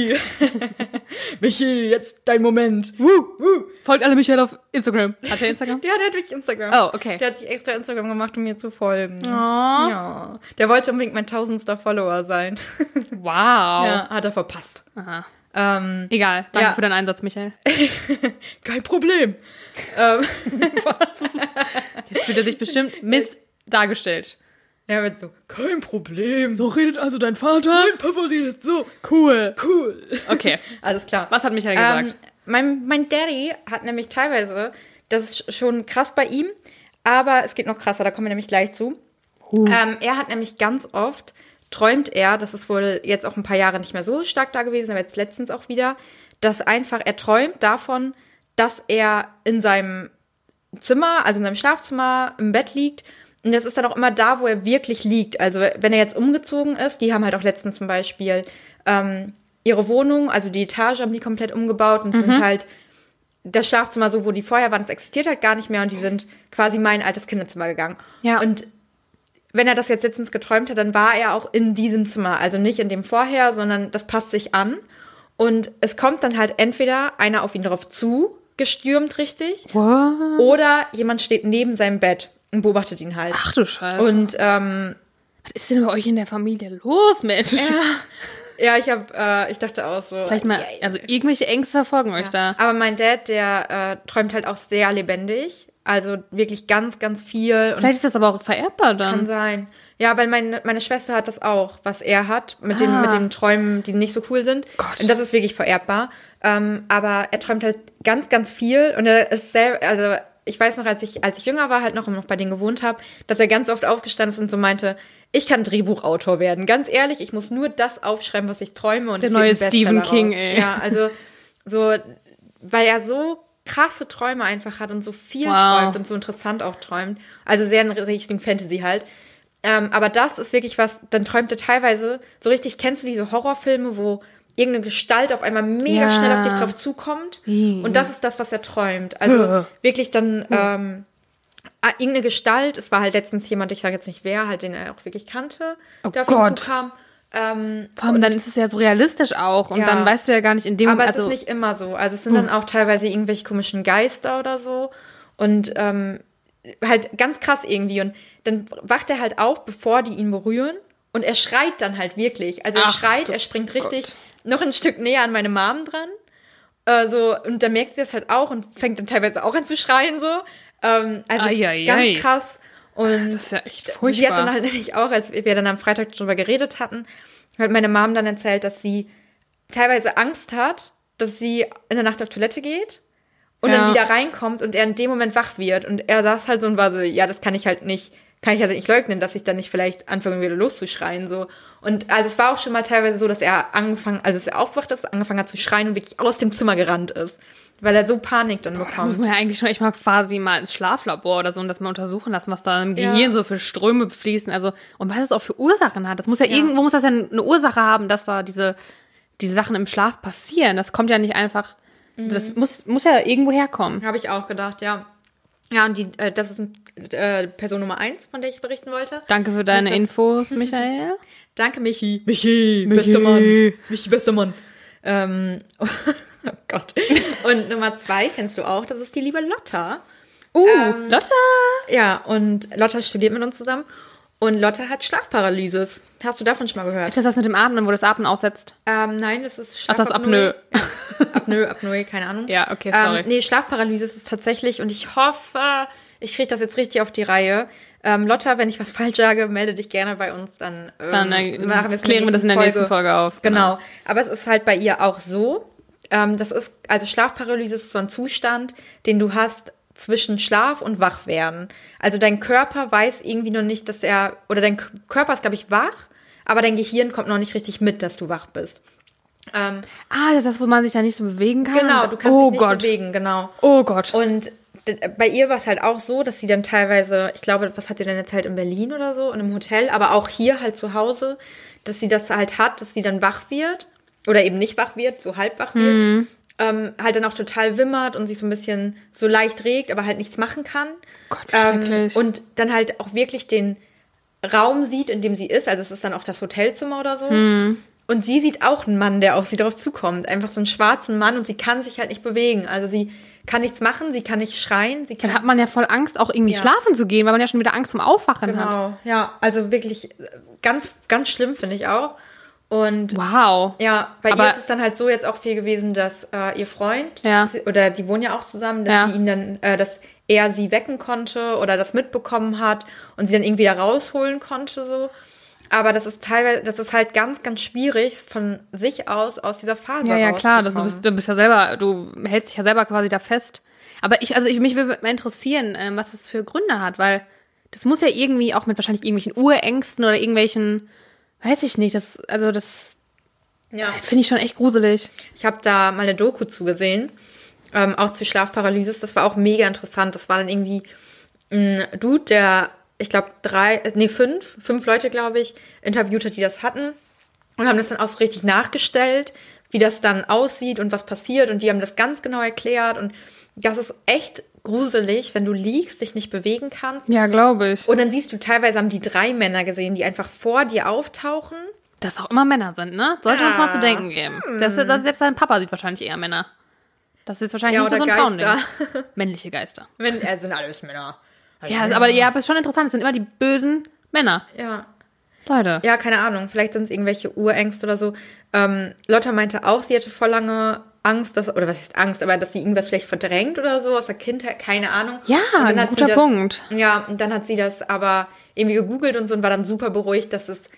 [SPEAKER 1] jetzt dein Moment.
[SPEAKER 2] folgt alle Michael auf Instagram. Hat er Instagram?
[SPEAKER 1] Ja, der hat wirklich Instagram.
[SPEAKER 2] Oh, okay.
[SPEAKER 1] Der hat sich extra Instagram gemacht, um mir zu folgen.
[SPEAKER 2] Oh.
[SPEAKER 1] Ja. Der wollte unbedingt mein 1000. Follower sein.
[SPEAKER 2] Wow.
[SPEAKER 1] Ja, hat er verpasst.
[SPEAKER 2] Aha. Egal, danke für deinen Einsatz, Michael.
[SPEAKER 1] Kein Problem.
[SPEAKER 2] Jetzt fühlt er sich bestimmt dargestellt.
[SPEAKER 1] Ja, wird so, kein Problem.
[SPEAKER 2] So redet also dein Vater?
[SPEAKER 1] Mein Papa redet so.
[SPEAKER 2] Cool.
[SPEAKER 1] Okay.
[SPEAKER 2] Okay.
[SPEAKER 1] Alles klar.
[SPEAKER 2] Was hat Michael gesagt?
[SPEAKER 1] Mein Daddy hat nämlich teilweise, das ist schon krass bei ihm, aber es geht noch krasser, da kommen wir nämlich gleich zu. Er hat nämlich ganz oft, träumt er, das ist wohl jetzt auch ein paar Jahre nicht mehr so stark da gewesen, aber jetzt letztens auch wieder, dass einfach, er träumt davon, dass er in seinem Zimmer, also in seinem Schlafzimmer, im Bett liegt. Und das ist dann auch immer da, wo er wirklich liegt. Also wenn er jetzt umgezogen ist, die haben halt auch letztens zum Beispiel ihre Wohnung, also die Etage haben die komplett umgebaut und sind halt das Schlafzimmer so, wo die vorher waren, das existiert halt gar nicht mehr und die sind quasi in mein altes Kinderzimmer gegangen.
[SPEAKER 2] Ja.
[SPEAKER 1] Und wenn er das jetzt letztens geträumt hat, dann war er auch in diesem Zimmer. Also nicht in dem vorher, sondern das passt sich an. Und es kommt dann halt entweder einer auf ihn drauf zu, gestürmt richtig,
[SPEAKER 2] What?
[SPEAKER 1] oder jemand steht neben seinem Bett und beobachtet ihn halt.
[SPEAKER 2] Ach du Scheiße.
[SPEAKER 1] Und
[SPEAKER 2] was ist denn bei euch in der Familie los, Mensch?
[SPEAKER 1] ja, ich dachte auch so.
[SPEAKER 2] Vielleicht mal, also irgendwelche Ängste verfolgen euch da.
[SPEAKER 1] Aber mein Dad, der träumt halt auch sehr lebendig. Also wirklich ganz, ganz viel. Und
[SPEAKER 2] Vielleicht ist das aber auch vererbbar dann.
[SPEAKER 1] kann sein. Ja, weil meine Schwester hat das auch, was er hat, mit den Träumen, die nicht so cool sind.
[SPEAKER 2] Gott.
[SPEAKER 1] Und das ist wirklich vererbbar. Aber er träumt halt ganz, ganz viel. Und er ist selber, also ich weiß noch, als ich jünger war, halt noch bei denen gewohnt habe, dass er ganz oft aufgestanden ist und so meinte, ich kann Drehbuchautor werden. Ganz ehrlich, ich muss nur das aufschreiben, was ich träume. Und
[SPEAKER 2] Der
[SPEAKER 1] es wird
[SPEAKER 2] neue
[SPEAKER 1] ein Bestseller
[SPEAKER 2] Stephen King,
[SPEAKER 1] raus.
[SPEAKER 2] ey.
[SPEAKER 1] Ja, also so, weil er so krasse Träume einfach hat und so viel träumt und so interessant auch träumt. Also sehr in Richtung Fantasy halt. Aber das ist wirklich was, dann träumt er teilweise so richtig, kennst du diese Horrorfilme, wo irgendeine Gestalt auf einmal mega schnell auf dich drauf zukommt? Und das ist das, was er träumt. Also wirklich dann irgendeine Gestalt, es war halt letztens jemand, ich sage jetzt nicht wer, halt den er auch wirklich kannte, der auf ihn zukam.
[SPEAKER 2] Vor allem, dann ist es ja so realistisch auch und dann weißt du ja gar nicht in dem...
[SPEAKER 1] Aber es ist nicht immer so. Also es sind dann auch teilweise irgendwelche komischen Geister oder so und halt ganz krass irgendwie. Und dann wacht er halt auf, bevor die ihn berühren und er schreit dann halt wirklich. Also er schreit, er springt richtig noch ein Stück näher an meine Mom dran. Und dann merkt sie das halt auch und fängt dann teilweise auch an zu schreien so. Ganz krass. Und
[SPEAKER 2] das ist ja echt furchtbar.
[SPEAKER 1] Sie hat dann halt nämlich auch, als wir dann am Freitag drüber geredet hatten, hat meine Mom dann erzählt, dass sie teilweise Angst hat, dass sie in der Nacht auf Toilette geht und dann wieder reinkommt und er in dem Moment wach wird. Und er saß halt so und war so, ja, das kann ich halt nicht leugnen, dass ich dann nicht vielleicht anfange, wieder loszuschreien, so. Und also es war auch schon mal teilweise so, dass er als er aufgewacht ist, angefangen hat zu schreien und wirklich aus dem Zimmer gerannt ist. Weil er so Panik dann bekommt.
[SPEAKER 2] Da muss man ja eigentlich schon echt mal quasi mal ins Schlaflabor oder so und das mal untersuchen lassen, was da im Gehirn so für Ströme fließen. Also, und was es auch für Ursachen hat. Das muss ja irgendwo muss das ja eine Ursache haben, dass da diese Sachen im Schlaf passieren. Das kommt ja nicht einfach, das muss ja irgendwo herkommen.
[SPEAKER 1] Habe ich auch gedacht, ja. Ja, und das ist Person Nummer 1, von der ich berichten wollte.
[SPEAKER 2] Danke für deine Infos, Michael.
[SPEAKER 1] Danke, Michi. Michi, bester Mann. Michi, bester Mann. Oh Gott. Und Nummer 2 kennst du auch, das ist die liebe Lotta.
[SPEAKER 2] Lotta!
[SPEAKER 1] Ja, und Lotta studiert mit uns zusammen. Und Lotta hat Schlafparalysis. Hast du davon schon mal gehört?
[SPEAKER 2] Ist das mit dem Atmen, wo das Atmen aussetzt?
[SPEAKER 1] Nein, das ist
[SPEAKER 2] Schlafapnoe.
[SPEAKER 1] Apnoe, keine Ahnung.
[SPEAKER 2] Ja, okay, sorry.
[SPEAKER 1] Nee, Schlafparalysis ist tatsächlich, und ich hoffe, ich kriege das jetzt richtig auf die Reihe. Lotta, wenn ich was falsch sage, melde dich gerne bei uns, dann
[SPEAKER 2] klären wir das in der nächsten Folge auf.
[SPEAKER 1] Genau. Aber es ist halt bei ihr auch so, also Schlafparalysis ist so ein Zustand, den du hast zwischen Schlaf und Wachwerden. Also dein Körper weiß irgendwie noch nicht, dein Körper ist, glaube ich, wach, aber dein Gehirn kommt noch nicht richtig mit, dass du wach bist.
[SPEAKER 2] Das ist das, wo man sich da nicht so bewegen kann?
[SPEAKER 1] Genau, du kannst dich nicht bewegen, genau.
[SPEAKER 2] Oh Gott.
[SPEAKER 1] Und bei ihr war es halt auch so, dass sie dann teilweise, ich glaube, was hat sie denn erzählt, in Berlin oder so, in einem Hotel, aber auch hier halt zu Hause, dass sie das halt hat, dass sie dann wach wird oder eben nicht wach wird, so halb wach wird, halt dann auch total wimmert und sich so ein bisschen so leicht regt, aber halt nichts machen kann.
[SPEAKER 2] Gott, schrecklich.
[SPEAKER 1] Und dann halt auch wirklich den Raum sieht, in dem sie ist, also es ist dann auch das Hotelzimmer oder so. Und sie sieht auch einen Mann, der auf sie drauf zukommt, einfach so einen schwarzen Mann, und sie kann sich halt nicht bewegen, also sie kann nichts machen, sie kann nicht schreien.
[SPEAKER 2] Dann hat man ja voll Angst, auch irgendwie schlafen zu gehen, weil man ja schon wieder Angst vom Aufwachen hat.
[SPEAKER 1] Genau, ja, also wirklich ganz, ganz schlimm, finde ich auch. Und
[SPEAKER 2] wow.
[SPEAKER 1] Ja, bei ihr ist es dann halt so jetzt auch viel gewesen, dass ihr Freund, oder die wohnen ja auch zusammen, dass sie ihn dann, dass er sie wecken konnte oder das mitbekommen hat und sie dann irgendwie da rausholen konnte, so. Aber das ist halt ganz, ganz schwierig, von sich aus dieser Phase rauszukommen. Ja, klar,
[SPEAKER 2] du bist ja selber, du hältst dich ja selber quasi da fest. Aber mich würde mal interessieren, was das für Gründe hat, weil das muss ja irgendwie auch mit wahrscheinlich irgendwelchen Urängsten oder irgendwelchen, weiß ich nicht, das finde ich schon echt gruselig.
[SPEAKER 1] Ich habe da mal eine Doku zugesehen, auch zu Schlafparalysis, das war auch mega interessant. Das war dann irgendwie ein Dude, der, ich glaube, 5 Leute, glaube ich, interviewt hat, die das hatten und haben das dann auch so richtig nachgestellt, wie das dann aussieht und was passiert, und die haben das ganz genau erklärt, und das ist echt gruselig, wenn du liegst, dich nicht bewegen kannst.
[SPEAKER 2] Ja, glaube ich.
[SPEAKER 1] Und dann siehst du, teilweise haben die 3 Männer gesehen, die einfach vor dir auftauchen.
[SPEAKER 2] Dass auch immer Männer sind, ne? Sollte uns mal zu denken geben. Selbst dein Papa sieht wahrscheinlich eher Männer. Das ist jetzt wahrscheinlich nicht so ein Frauending. Männliche Geister.
[SPEAKER 1] Sind alles Männer.
[SPEAKER 2] Ja, aber es ist schon interessant, es sind immer die bösen Männer.
[SPEAKER 1] Ja.
[SPEAKER 2] Leute.
[SPEAKER 1] Ja, keine Ahnung, vielleicht sind es irgendwelche Urängste oder so. Lotta meinte auch, sie hatte voll lange Angst, oder was ist Angst, aber dass sie irgendwas vielleicht verdrängt oder so aus der Kindheit, keine Ahnung.
[SPEAKER 2] Ja, ein guter Punkt.
[SPEAKER 1] Ja, und dann hat sie das aber irgendwie gegoogelt und so und war dann super beruhigt, dass es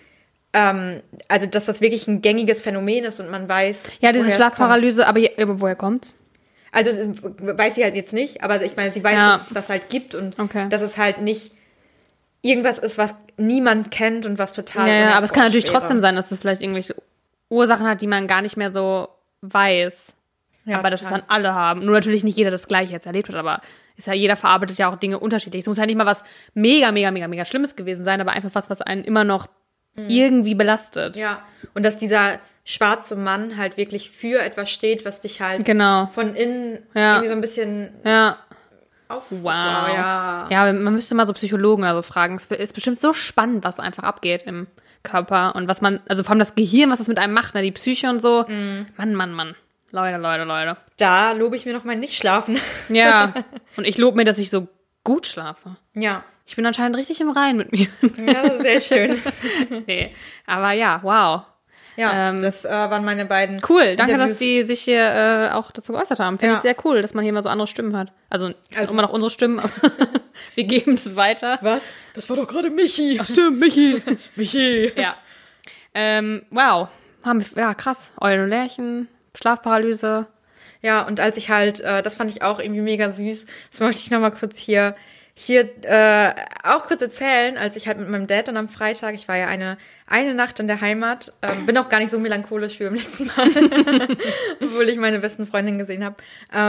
[SPEAKER 1] dass das wirklich ein gängiges Phänomen ist und man weiß,
[SPEAKER 2] ja, diese Schlafparalyse, aber woher kommt's?
[SPEAKER 1] Also weiß sie halt jetzt nicht, aber ich meine, sie weiß, dass es das halt gibt und dass es halt nicht irgendwas ist, was niemand kennt und was total
[SPEAKER 2] ja, aber es kann natürlich trotzdem sein, dass es vielleicht irgendwelche Ursachen hat, die man gar nicht mehr so weiß.
[SPEAKER 1] Ja,
[SPEAKER 2] aber dass es
[SPEAKER 1] total.
[SPEAKER 2] dann alle haben. Nur natürlich nicht jeder das Gleiche jetzt erlebt hat, aber ist ja, jeder verarbeitet ja auch Dinge unterschiedlich. Es muss ja nicht mal was mega, mega, mega, mega Schlimmes gewesen sein, aber einfach was einen immer noch irgendwie belastet.
[SPEAKER 1] Ja, und dass dieser schwarze Mann halt wirklich für etwas steht, was dich halt
[SPEAKER 2] Genau.
[SPEAKER 1] von innen
[SPEAKER 2] Ja.
[SPEAKER 1] irgendwie so ein bisschen
[SPEAKER 2] Ja.
[SPEAKER 1] aufbaut.
[SPEAKER 2] Wow.
[SPEAKER 1] Ja.
[SPEAKER 2] Ja, man müsste mal so Psychologen oder so fragen. Es ist bestimmt so spannend, was einfach abgeht im Körper und was man, also vor allem das Gehirn, was das mit einem macht, ne, die Psyche und so. Mann. Leute.
[SPEAKER 1] Da lobe ich mir noch mein Nicht-Schlafen.
[SPEAKER 2] Ja. Und ich lobe mir, dass ich so gut schlafe.
[SPEAKER 1] Ja.
[SPEAKER 2] Ich bin anscheinend richtig im Reinen mit mir.
[SPEAKER 1] Ja, das ist sehr schön.
[SPEAKER 2] Nee. Aber ja, wow.
[SPEAKER 1] Ja, das waren meine beiden
[SPEAKER 2] Cool, danke,
[SPEAKER 1] Interviews.
[SPEAKER 2] dass die sich hier auch dazu geäußert haben. Finde
[SPEAKER 1] Ja.
[SPEAKER 2] ich sehr cool, dass man hier mal so andere Stimmen hört. Also es sind immer noch unsere Stimmen, aber wir geben es weiter.
[SPEAKER 1] Was? Das war doch gerade Michi.
[SPEAKER 2] Ach stimmt, Michi.
[SPEAKER 1] Michi.
[SPEAKER 2] Ja. Wow. Ja, krass. Eulen und Lerchen, Schlafparalyse.
[SPEAKER 1] Ja, und als ich halt, das fand ich auch irgendwie mega süß, das möchte ich nochmal kurz hier auch kurz erzählen, als ich halt mit meinem Dad dann am Freitag, ich war ja eine Nacht in der Heimat, bin auch gar nicht so melancholisch wie beim letzten Mal, obwohl ich meine besten Freundinnen gesehen habe.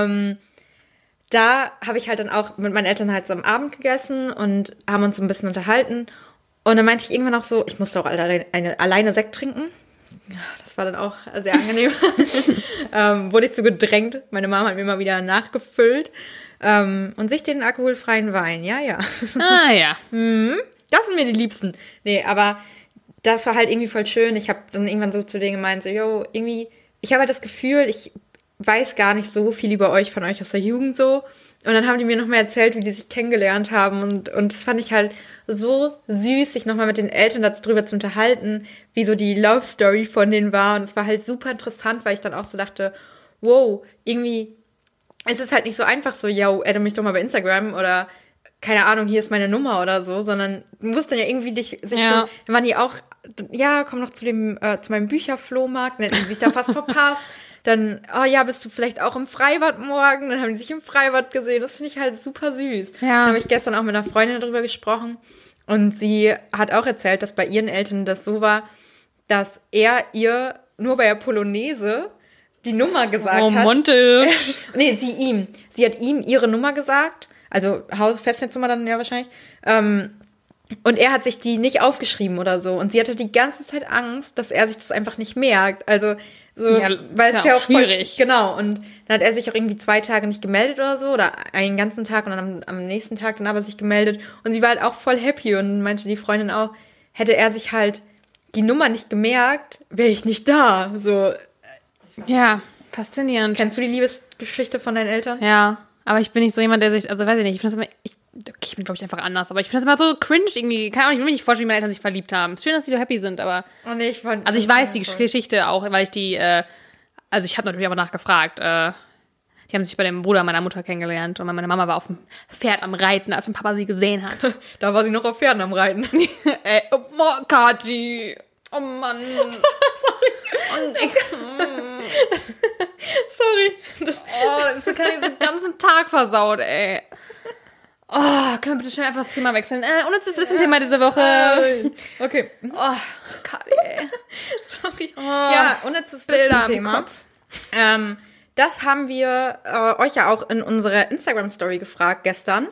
[SPEAKER 1] Da habe ich halt dann auch mit meinen Eltern halt so am Abend gegessen und haben uns so ein bisschen unterhalten. Und dann meinte ich irgendwann auch so, ich musste auch alleine Sekt trinken. Ja, das war dann auch sehr angenehm. Wurde ich so gedrängt. Meine Mama hat mir immer wieder nachgefüllt. Und sich den alkoholfreien Wein, ja.
[SPEAKER 2] Ah ja.
[SPEAKER 1] Das sind mir die Liebsten. Nee, aber das war halt irgendwie voll schön. Ich habe dann irgendwann so zu denen gemeint, so, yo, irgendwie, ich habe halt das Gefühl, ich weiß gar nicht so viel über euch, von euch aus der Jugend so. Und dann haben die mir nochmal erzählt, wie die sich kennengelernt haben. Und das fand ich halt so süß, sich nochmal mit den Eltern darüber zu unterhalten, wie so die Love Story von denen war. Und es war halt super interessant, weil ich dann auch so dachte, wow, irgendwie, es ist halt nicht so einfach so, yo, adde mich doch mal bei Instagram oder keine Ahnung, hier ist meine Nummer oder so, sondern du musst dann ja irgendwie sich so, dann waren die auch, ja, komm noch zu meinem Bücherflohmarkt, dann hätten die sich da fast verpasst. Dann, oh ja, bist du vielleicht auch im Freibad morgen? Dann haben die sich im Freibad gesehen. Das finde ich halt super süß.
[SPEAKER 2] Ja.
[SPEAKER 1] Dann habe ich gestern auch mit einer Freundin darüber gesprochen. Und sie hat auch erzählt, dass bei ihren Eltern das so war, dass er ihr nur bei der Polonaise die Nummer gesagt hat.
[SPEAKER 2] Romantisch.
[SPEAKER 1] Nee, sie ihm. Sie hat ihm ihre Nummer gesagt. Also Festnetznummer dann ja wahrscheinlich. Und er hat sich die nicht aufgeschrieben oder so. Und sie hatte die ganze Zeit Angst, dass er sich das einfach nicht merkt. Also so,
[SPEAKER 2] Ja,
[SPEAKER 1] weil
[SPEAKER 2] ist
[SPEAKER 1] es
[SPEAKER 2] ja
[SPEAKER 1] ja
[SPEAKER 2] auch
[SPEAKER 1] auch voll,
[SPEAKER 2] schwierig.
[SPEAKER 1] genau. Und dann hat er sich auch irgendwie 2 Tage nicht gemeldet oder so. Oder einen ganzen Tag und dann am nächsten Tag dann aber sich gemeldet. Und sie war halt auch voll happy und meinte die Freundin auch, hätte er sich halt die Nummer nicht gemerkt, wäre ich nicht da. So,
[SPEAKER 2] Ja, faszinierend.
[SPEAKER 1] kennst du die Liebesgeschichte von deinen Eltern?
[SPEAKER 2] Ja, aber ich bin nicht so jemand, der sich, also weiß ich nicht, ich finde das immer, ich bin glaube ich einfach anders, aber ich finde das immer so cringe irgendwie, keine Ahnung, ich will mir nicht vorstellen, wie meine Eltern sich verliebt haben. Schön, dass sie so happy sind, aber,
[SPEAKER 1] Oh nee, ich fand.
[SPEAKER 2] also ich weiß die Geschichte auch, weil ich die, also ich habe natürlich aber nachgefragt, die haben sich bei dem Bruder meiner Mutter kennengelernt und meine Mama war auf dem Pferd am Reiten, als mein Papa sie gesehen hat.
[SPEAKER 1] Da war sie noch auf Pferden am Reiten.
[SPEAKER 2] Oh, Kathi, oh Mann. Und ich,
[SPEAKER 1] Sorry.
[SPEAKER 2] das kann ich den ganzen Tag versaut, ey. Oh, können wir bitte schnell einfach das Thema wechseln? Unnützes Wissen-Thema diese Woche.
[SPEAKER 1] Okay.
[SPEAKER 2] Oh, Kathi, ey.
[SPEAKER 1] Sorry.
[SPEAKER 2] Oh,
[SPEAKER 1] Ja, unnützes
[SPEAKER 2] Bilder im
[SPEAKER 1] Thema.
[SPEAKER 2] Kopf.
[SPEAKER 1] Das haben wir euch ja auch in unserer Instagram-Story gefragt gestern.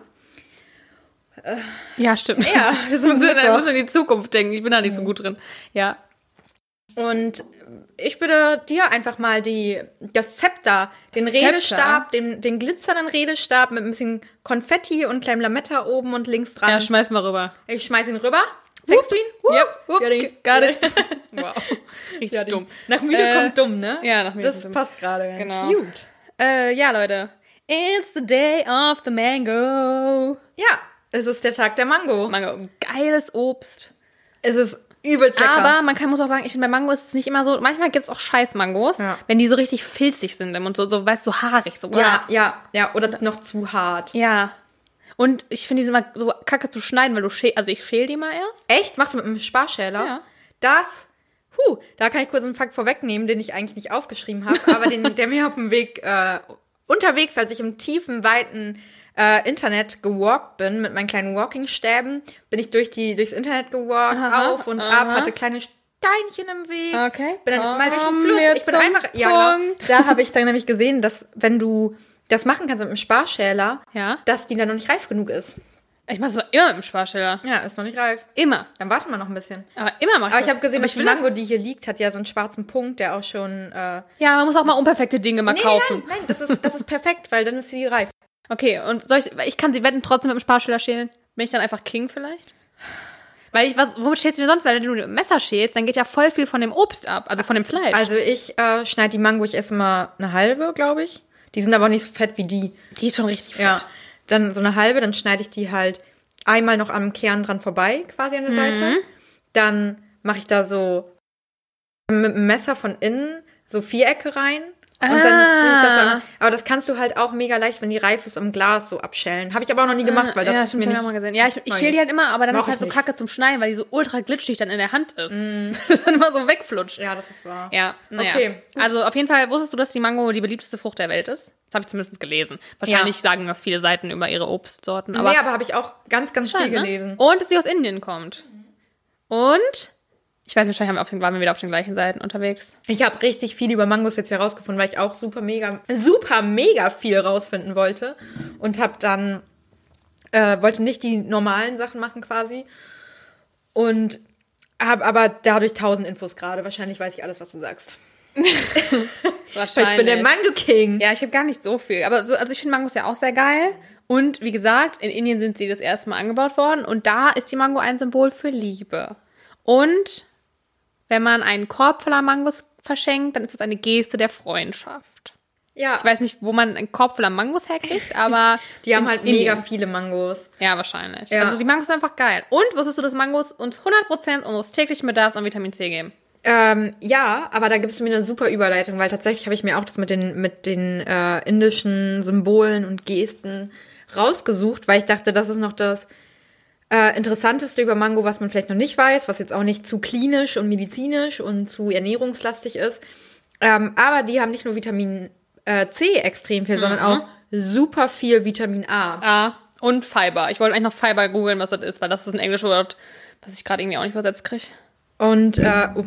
[SPEAKER 2] Ja, stimmt.
[SPEAKER 1] Ja, wir sind
[SPEAKER 2] Wir
[SPEAKER 1] Mittwoch.
[SPEAKER 2] müssen in die Zukunft denken. Ich bin da nicht so gut drin. Ja.
[SPEAKER 1] Und ich würde dir einfach mal das Zepter, den
[SPEAKER 2] Zepter?
[SPEAKER 1] Redestab, den glitzernden Redestab mit ein bisschen Konfetti und kleinem Lametta oben und links dran.
[SPEAKER 2] Ja, schmeiß mal rüber.
[SPEAKER 1] Ich schmeiß ihn rüber. Fängst du ihn?
[SPEAKER 2] Yep.
[SPEAKER 1] Ja, den-
[SPEAKER 2] Got it. Wow. Richtig
[SPEAKER 1] Ja,
[SPEAKER 2] dumm.
[SPEAKER 1] Nach müde kommt dumm, ne?
[SPEAKER 2] Ja, nach müde
[SPEAKER 1] Das
[SPEAKER 2] kommt dumm.
[SPEAKER 1] passt gerade ganz
[SPEAKER 2] Genau.
[SPEAKER 1] gut.
[SPEAKER 2] Ja, Leute. It's the day of the mango.
[SPEAKER 1] Ja, es ist der Tag der Mango.
[SPEAKER 2] Mango. Geiles Obst.
[SPEAKER 1] Es ist übelst lecker.
[SPEAKER 2] Aber muss auch sagen, ich finde, bei Mango ist es nicht immer so, manchmal gibt es auch scheiß Mangos,
[SPEAKER 1] Ja.
[SPEAKER 2] wenn die so richtig filzig sind und so weißt du, so haarig. So.
[SPEAKER 1] Ja, oder noch zu hart.
[SPEAKER 2] Ja. Und ich finde die sind immer so kacke zu schneiden, weil ich schäle die mal erst.
[SPEAKER 1] Echt? Machst du mit einem Sparschäler?
[SPEAKER 2] Ja.
[SPEAKER 1] Da kann ich kurz einen Fakt vorwegnehmen, den ich eigentlich nicht aufgeschrieben habe, aber der mir auf dem Weg, unterwegs, als ich im tiefen, weiten Internet gewalkt bin, mit meinen kleinen Walking-Stäben, bin ich durchs Internet gewalkt, auf und ab, hatte kleine Steinchen im Weg.
[SPEAKER 2] Okay.
[SPEAKER 1] Bin dann mal durch den Fluss. Ich bin einfach, ja genau, da habe ich dann nämlich gesehen, dass wenn du das machen kannst mit einem Sparschäler, dass die dann noch nicht reif genug ist.
[SPEAKER 2] Ich mache es immer mit dem Sparschäler.
[SPEAKER 1] Ja, ist noch nicht reif.
[SPEAKER 2] Immer.
[SPEAKER 1] Dann warten wir noch ein bisschen.
[SPEAKER 2] Aber immer mach ich das.
[SPEAKER 1] Aber ich habe gesehen, dass die Mango, die hier liegt, hat ja so einen schwarzen Punkt, der auch schon...
[SPEAKER 2] Ja, man muss auch mal unperfekte Dinge mal kaufen.
[SPEAKER 1] Nein, das ist perfekt, weil dann ist sie reif.
[SPEAKER 2] Okay, und ich kann sie wetten trotzdem mit dem Sparschäler schälen? Bin ich dann einfach King vielleicht? Weil womit schälst du denn sonst? Weil wenn du mit dem Messer schälst, dann geht ja voll viel von dem Obst ab, also von dem Fleisch.
[SPEAKER 1] Also ich schneide die Mango, ich esse immer eine halbe, glaube ich. Die sind aber nicht so fett wie die.
[SPEAKER 2] Die ist schon richtig fett.
[SPEAKER 1] Ja, dann so eine halbe, dann schneide ich die halt einmal noch am Kern dran vorbei, quasi an der Seite. Dann mache ich da so mit dem Messer von innen so Vierecke rein. Und dann ziehe ich das so an. Aber das kannst du halt auch mega leicht, wenn die reif ist, im Glas so abschälen. Habe ich aber auch noch nie gemacht, weil das ist mir nicht...
[SPEAKER 2] Mal gesehen. Ja, ich schäle die halt immer, aber dann ist halt so kacke zum Schneiden, weil die so ultra glitschig dann in der Hand ist. Das dann immer so wegflutscht.
[SPEAKER 1] Ja, das ist wahr.
[SPEAKER 2] Ja, naja.
[SPEAKER 1] Okay.
[SPEAKER 2] Also auf jeden Fall wusstest du, dass die Mango die beliebteste Frucht der Welt ist? Das habe ich zumindest gelesen. Wahrscheinlich sagen das viele Seiten über ihre Obstsorten. Aber
[SPEAKER 1] aber habe ich auch ganz, ganz viel gelesen.
[SPEAKER 2] Und dass sie aus Indien kommt. Und... Ich weiß nicht, wahrscheinlich waren wir wieder auf den gleichen Seiten unterwegs.
[SPEAKER 1] Ich habe richtig viel über Mangos jetzt herausgefunden, weil ich auch super mega viel rausfinden wollte. Und habe dann, wollte nicht die normalen Sachen machen quasi. Und habe aber dadurch 1000 Infos gerade. Wahrscheinlich weiß ich alles, was du sagst.
[SPEAKER 2] Wahrscheinlich.
[SPEAKER 1] Ich bin der Mango King.
[SPEAKER 2] Ja, ich habe gar nicht so viel. Aber also ich finde Mangos ja auch sehr geil. Und wie gesagt, in Indien sind sie das erste Mal angebaut worden. Und da ist die Mango ein Symbol für Liebe. Und... wenn man einen Korb voller Mangos verschenkt, dann ist das eine Geste der Freundschaft.
[SPEAKER 1] Ja.
[SPEAKER 2] Ich weiß nicht, wo man einen Korb voller Mangos herkriegt, aber...
[SPEAKER 1] Die haben halt mega viele Mangos.
[SPEAKER 2] Ja, wahrscheinlich.
[SPEAKER 1] Ja.
[SPEAKER 2] Also die Mangos sind einfach geil. Und wusstest du, dass Mangos uns 100% unseres täglichen Bedarfs an Vitamin C geben?
[SPEAKER 1] Ja, aber da gibst du mir eine super Überleitung, weil tatsächlich habe ich mir auch das mit den indischen Symbolen und Gesten rausgesucht, weil ich dachte, das ist noch das... Interessanteste über Mango, was man vielleicht noch nicht weiß, was jetzt auch nicht zu klinisch und medizinisch und zu ernährungslastig ist. Aber die haben nicht nur Vitamin C extrem viel, sondern auch super viel Vitamin A.
[SPEAKER 2] Und Fiber. Ich wollte eigentlich noch Fiber googeln, was das ist, weil das ist ein englisches Wort, was ich gerade irgendwie auch nicht übersetzt kriege.
[SPEAKER 1] Und,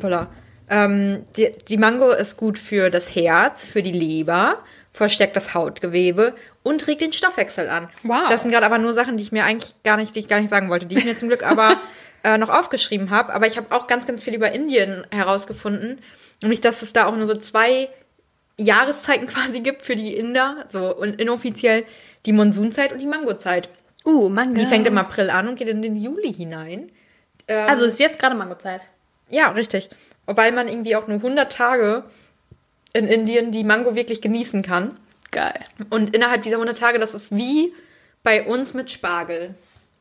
[SPEAKER 1] die Mango ist gut für das Herz, für die Leber, verstärkt das Hautgewebe und regt den Stoffwechsel an.
[SPEAKER 2] Wow.
[SPEAKER 1] Das sind gerade aber nur Sachen, die ich gar nicht sagen wollte, die ich mir zum Glück aber noch aufgeschrieben habe. Aber ich habe auch ganz, ganz viel über Indien herausgefunden. Nämlich, dass es da auch nur so 2 Jahreszeiten quasi gibt für die Inder. So und inoffiziell die Monsunzeit und die Mangozeit.
[SPEAKER 2] Mango.
[SPEAKER 1] Die fängt im April an und geht in den Juli hinein.
[SPEAKER 2] Also ist jetzt gerade Mangozeit.
[SPEAKER 1] Ja, richtig. Wobei man irgendwie auch nur 100 Tage in Indien die Mango wirklich genießen kann.
[SPEAKER 2] Geil.
[SPEAKER 1] Und innerhalb dieser 100 Tage, das ist wie bei uns mit Spargel.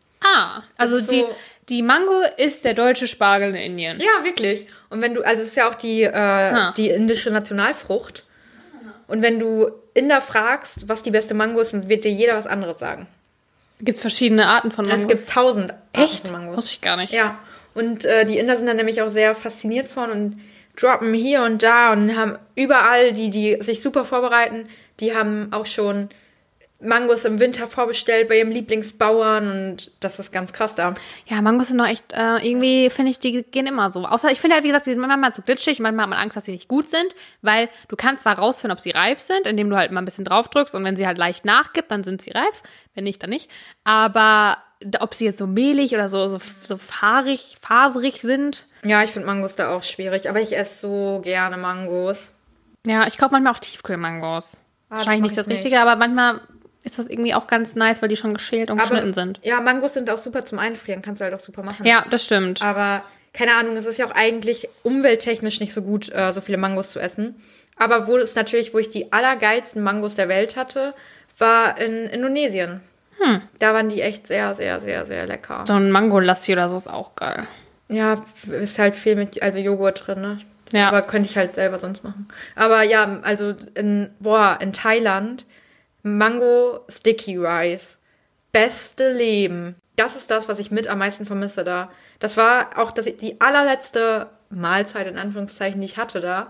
[SPEAKER 2] Also
[SPEAKER 1] so,
[SPEAKER 2] die Mango ist der deutsche Spargel in Indien.
[SPEAKER 1] Ja, wirklich. Und wenn du, also es ist ja auch die indische Nationalfrucht. Und wenn du Inder fragst, was die beste Mango ist, dann wird dir jeder was anderes sagen.
[SPEAKER 2] Gibt es verschiedene Arten von Mangos?
[SPEAKER 1] Es gibt 1000 Arten von Mangos.
[SPEAKER 2] Wusste ich gar nicht.
[SPEAKER 1] Ja. Und die Inder sind dann nämlich auch sehr fasziniert von und droppen hier und da und haben überall, die sich super vorbereiten, die haben auch schon Mangos im Winter vorbestellt bei ihrem Lieblingsbauern und das ist ganz krass da.
[SPEAKER 2] Ja, Mangos sind noch echt, irgendwie finde ich, die gehen immer so. Außer, ich finde halt, wie gesagt, die sind manchmal zu glitschig, manchmal hat man Angst, dass sie nicht gut sind, weil du kannst zwar rausfinden, ob sie reif sind, indem du halt mal ein bisschen drauf drückst und wenn sie halt leicht nachgibt, dann sind sie reif, wenn nicht, dann nicht. Aber ob sie jetzt so mehlig oder so faserig sind.
[SPEAKER 1] Ja, ich finde Mangos da auch schwierig, aber ich esse so gerne Mangos.
[SPEAKER 2] Ja, ich kaufe manchmal auch Tiefkühlmangos. Wahrscheinlich nicht das Richtige, aber manchmal ist das irgendwie auch ganz nice, weil die schon geschält und geschnitten sind.
[SPEAKER 1] Ja, Mangos sind auch super zum Einfrieren, kannst du halt auch super machen.
[SPEAKER 2] Ja, das stimmt.
[SPEAKER 1] Aber, keine Ahnung, es ist ja auch eigentlich umwelttechnisch nicht so gut, so viele Mangos zu essen. Aber wo ich die allergeilsten Mangos der Welt hatte, war in Indonesien. Da waren die echt sehr, sehr, sehr, sehr lecker.
[SPEAKER 2] So ein Mango-Lassi oder so ist auch geil.
[SPEAKER 1] Ja, ist halt viel mit, also Joghurt drin, ne?
[SPEAKER 2] Ja.
[SPEAKER 1] Aber könnte ich halt selber sonst machen. Aber ja, also in Thailand, Mango Sticky Rice. Beste Leben. Das ist das, was ich mit am meisten vermisse da. Das war auch die allerletzte Mahlzeit, in Anführungszeichen, die ich hatte da.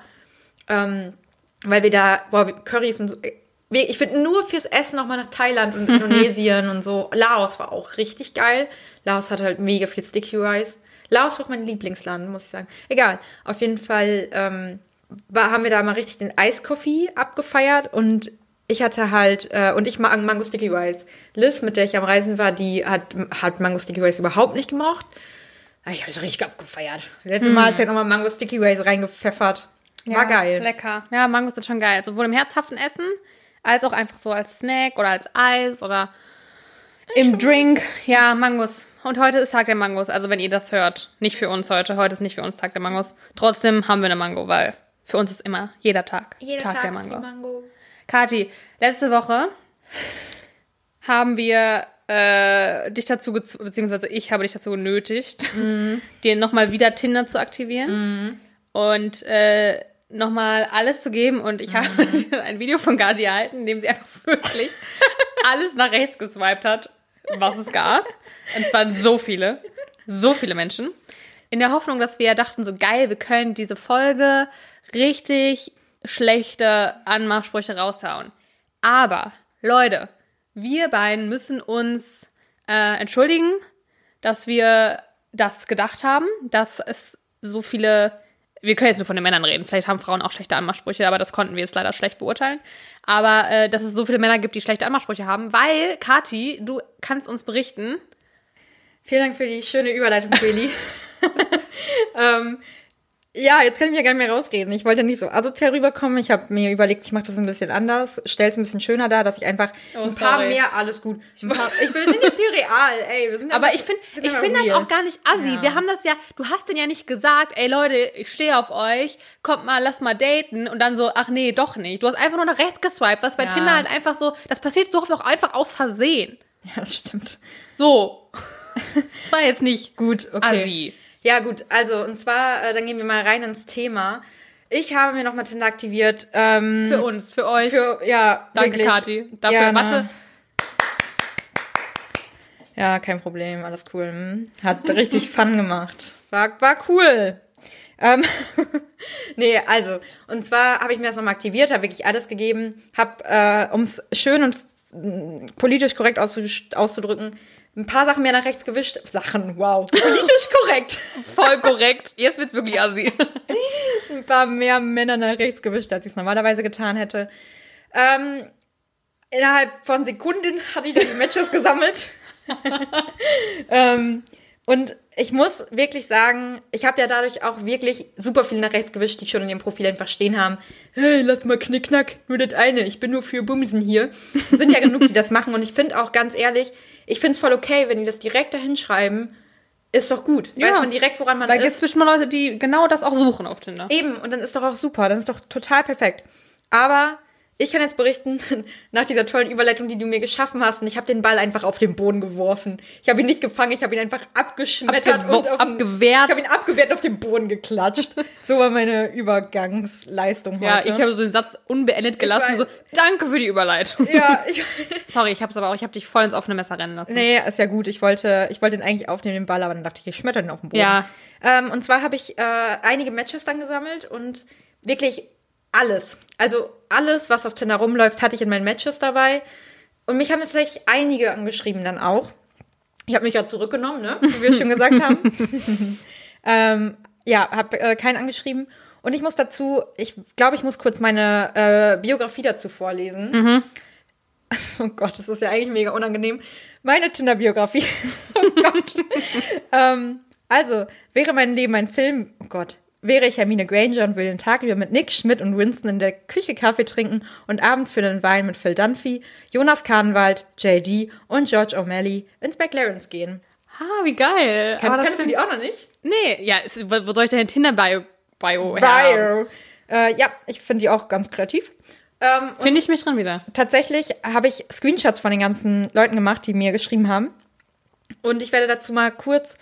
[SPEAKER 1] Weil wir da, Currys und so. Ich finde nur fürs Essen nochmal nach Thailand und Indonesien und so. Laos war auch richtig geil. Laos hat halt mega viel Sticky Rice. Laos war auch mein Lieblingsland, muss ich sagen. Egal, auf jeden Fall haben wir da mal richtig den Eiskoffee abgefeiert und ich hatte halt, und ich mag Mango Sticky Rice. Liz, mit der ich am Reisen war, die hat Mango Sticky Rice überhaupt nicht gemocht. Ich habe es richtig abgefeiert. Letzte Mal hat sie nochmal Mango Sticky Rice reingepfeffert. War geil.
[SPEAKER 2] Lecker. Ja, Mangos sind schon geil. Sowohl im herzhaften Essen, als auch einfach so als Snack oder als Eis oder im Drink. Ja, Mangos. Und heute ist Tag der Mangos. Also wenn ihr das hört, nicht für uns heute. Heute ist nicht für uns Tag der Mangos. Trotzdem haben wir eine Mango, weil für uns ist immer jeder Tag Tag der Mango. Kathi, letzte Woche haben wir dich dazu, beziehungsweise ich habe dich dazu genötigt, dir nochmal wieder Tinder zu aktivieren und nochmal alles zu geben. Und ich habe ein Video von Kathi erhalten, in dem sie einfach wirklich alles nach rechts geswiped hat, was es gab. Und es waren so viele Menschen. In der Hoffnung, dass wir dachten, so geil, wir können diese Folge richtig schlechte Anmachsprüche raushauen. Aber, Leute, wir beiden müssen uns entschuldigen, dass wir das gedacht haben, dass es so viele, wir können jetzt nur von den Männern reden, vielleicht haben Frauen auch schlechte Anmachsprüche, aber das konnten wir jetzt leider schlecht beurteilen. Aber dass es so viele Männer gibt, die schlechte Anmachsprüche haben, weil, Kathi, du kannst uns berichten.
[SPEAKER 1] Vielen Dank für die schöne Überleitung, Feli. Ja, jetzt kann ich mir gar nicht mehr rausreden. Ich wollte nicht so asozial rüberkommen. Ich habe mir überlegt, ich mache das ein bisschen anders, stell's ein bisschen schöner dar, dass ich einfach ein paar mehr, alles gut. Wir sind jetzt hier real, ey. Wir sind
[SPEAKER 2] aber ich finde das auch gar nicht assi. Ja. Wir haben das ja, du hast denn ja nicht gesagt, ey Leute, ich stehe auf euch, kommt mal, lass mal daten und dann so, ach nee, doch nicht. Du hast einfach nur nach rechts geswiped, was bei Tinder halt einfach so, das passiert so oft auch einfach aus Versehen.
[SPEAKER 1] Ja, das stimmt.
[SPEAKER 2] So. Das war jetzt nicht
[SPEAKER 1] gut, okay.
[SPEAKER 2] Assi.
[SPEAKER 1] Ja gut, also und zwar, dann gehen wir mal rein ins Thema. Ich habe mir nochmal Tinder aktiviert.
[SPEAKER 2] Für uns, für euch.
[SPEAKER 1] Ja,
[SPEAKER 2] danke,
[SPEAKER 1] wirklich.
[SPEAKER 2] Kathi. Dafür, warte.
[SPEAKER 1] Ja, kein Problem, alles cool. Hat richtig Fun gemacht. War cool. Nee, also, und zwar habe ich mir das nochmal aktiviert, habe wirklich alles gegeben, habe, um es schön und politisch korrekt auszudrücken, ein paar Sachen mehr nach rechts gewischt. Wow. Politisch korrekt.
[SPEAKER 2] Voll korrekt. Jetzt wird's wirklich assi.
[SPEAKER 1] Ein paar mehr Männer nach rechts gewischt, als ich es normalerweise getan hätte. Innerhalb von Sekunden hatte ich dann die Matches gesammelt. Und ich muss wirklich sagen, ich habe ja dadurch auch wirklich super viel nach rechts gewischt, die schon in ihrem Profil einfach stehen haben. Hey, lass mal knickknack, nur das eine, ich bin nur für Bumsen hier. Sind ja genug, die das machen. Und ich finde auch ganz ehrlich, ich finde es voll okay, wenn die das direkt dahin schreiben, ist doch gut.
[SPEAKER 2] Ja.
[SPEAKER 1] Weiß man direkt, woran man
[SPEAKER 2] ist.
[SPEAKER 1] ist.
[SPEAKER 2] Da gibt es bestimmt Leute, die genau das auch suchen auf Tinder.
[SPEAKER 1] Eben, und dann ist doch auch super, dann ist doch total perfekt. Aber ich kann jetzt berichten, nach dieser tollen Überleitung, die du mir geschaffen hast, und ich habe den Ball einfach auf den Boden geworfen. Ich habe ihn nicht gefangen, ich habe ihn einfach abgeschmettert und
[SPEAKER 2] abgewehrt.
[SPEAKER 1] Ich habe ihn abgewehrt und auf den Boden geklatscht. So war meine Übergangsleistung heute.
[SPEAKER 2] Ja, ich habe so den Satz unbeendet gelassen, so, danke für die Überleitung.
[SPEAKER 1] Ja,
[SPEAKER 2] sorry, ich habe dich voll ins offene Messer rennen lassen.
[SPEAKER 1] Nee, ist ja gut. Ich wollte ihn eigentlich aufnehmen, den Ball, aber dann dachte ich schmetter den auf den Boden.
[SPEAKER 2] Ja.
[SPEAKER 1] Und zwar habe ich einige Matches dann gesammelt und wirklich alles. Also alles, was auf Tinder rumläuft, hatte ich in meinen Matches dabei. Und mich haben tatsächlich einige angeschrieben dann auch. Ich habe mich ja zurückgenommen, ne? Wie wir schon gesagt haben. Habe keinen angeschrieben. Und ich muss dazu, ich glaube, ich muss kurz meine Biografie dazu vorlesen.
[SPEAKER 2] Mhm.
[SPEAKER 1] Oh Gott, das ist ja eigentlich mega unangenehm. Meine Tinder-Biografie. Oh Gott. Also, wäre mein Leben ein Film, oh Gott, wäre ich Hermine Granger und würde den Tag über mit Nick Schmidt und Winston in der Küche Kaffee trinken und abends für den Wein mit Phil Dunphy, Jonas Kahnwald, JD und George O'Malley ins McLaren's gehen.
[SPEAKER 2] Ah, wie geil.
[SPEAKER 1] Kannst du die auch noch nicht?
[SPEAKER 2] Nee, ja, wo soll ich denn ein Tinder-Bio haben?
[SPEAKER 1] Ja, ich finde die auch ganz kreativ.
[SPEAKER 2] Finde ich mich dran wieder.
[SPEAKER 1] Tatsächlich habe ich Screenshots von den ganzen Leuten gemacht, die mir geschrieben haben. Und ich werde dazu mal kurz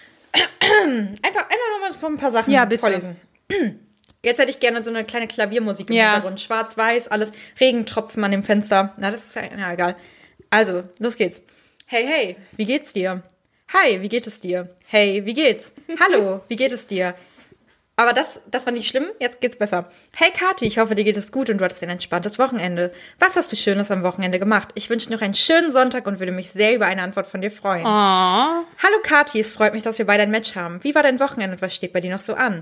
[SPEAKER 1] einfach nochmal so ein paar Sachen vorlesen. Jetzt hätte ich gerne so eine kleine Klaviermusik im Hintergrund. Schwarz-Weiß, alles. Regentropfen an dem Fenster. Na, das ist ja egal. Also, los geht's. Hey, wie geht's dir? Hi, wie geht es dir? Hey, wie geht's? Hallo, wie geht es dir? Aber das war nicht schlimm, jetzt geht's besser. Hey Kathi, ich hoffe, dir geht es gut und du hattest ein entspanntes Wochenende. Was hast du Schönes am Wochenende gemacht? Ich wünsche dir noch einen schönen Sonntag und würde mich sehr über eine Antwort von dir freuen.
[SPEAKER 2] Oh.
[SPEAKER 1] Hallo Kathi, es freut mich, dass wir beide ein Match haben. Wie war dein Wochenende und was steht bei dir noch so an?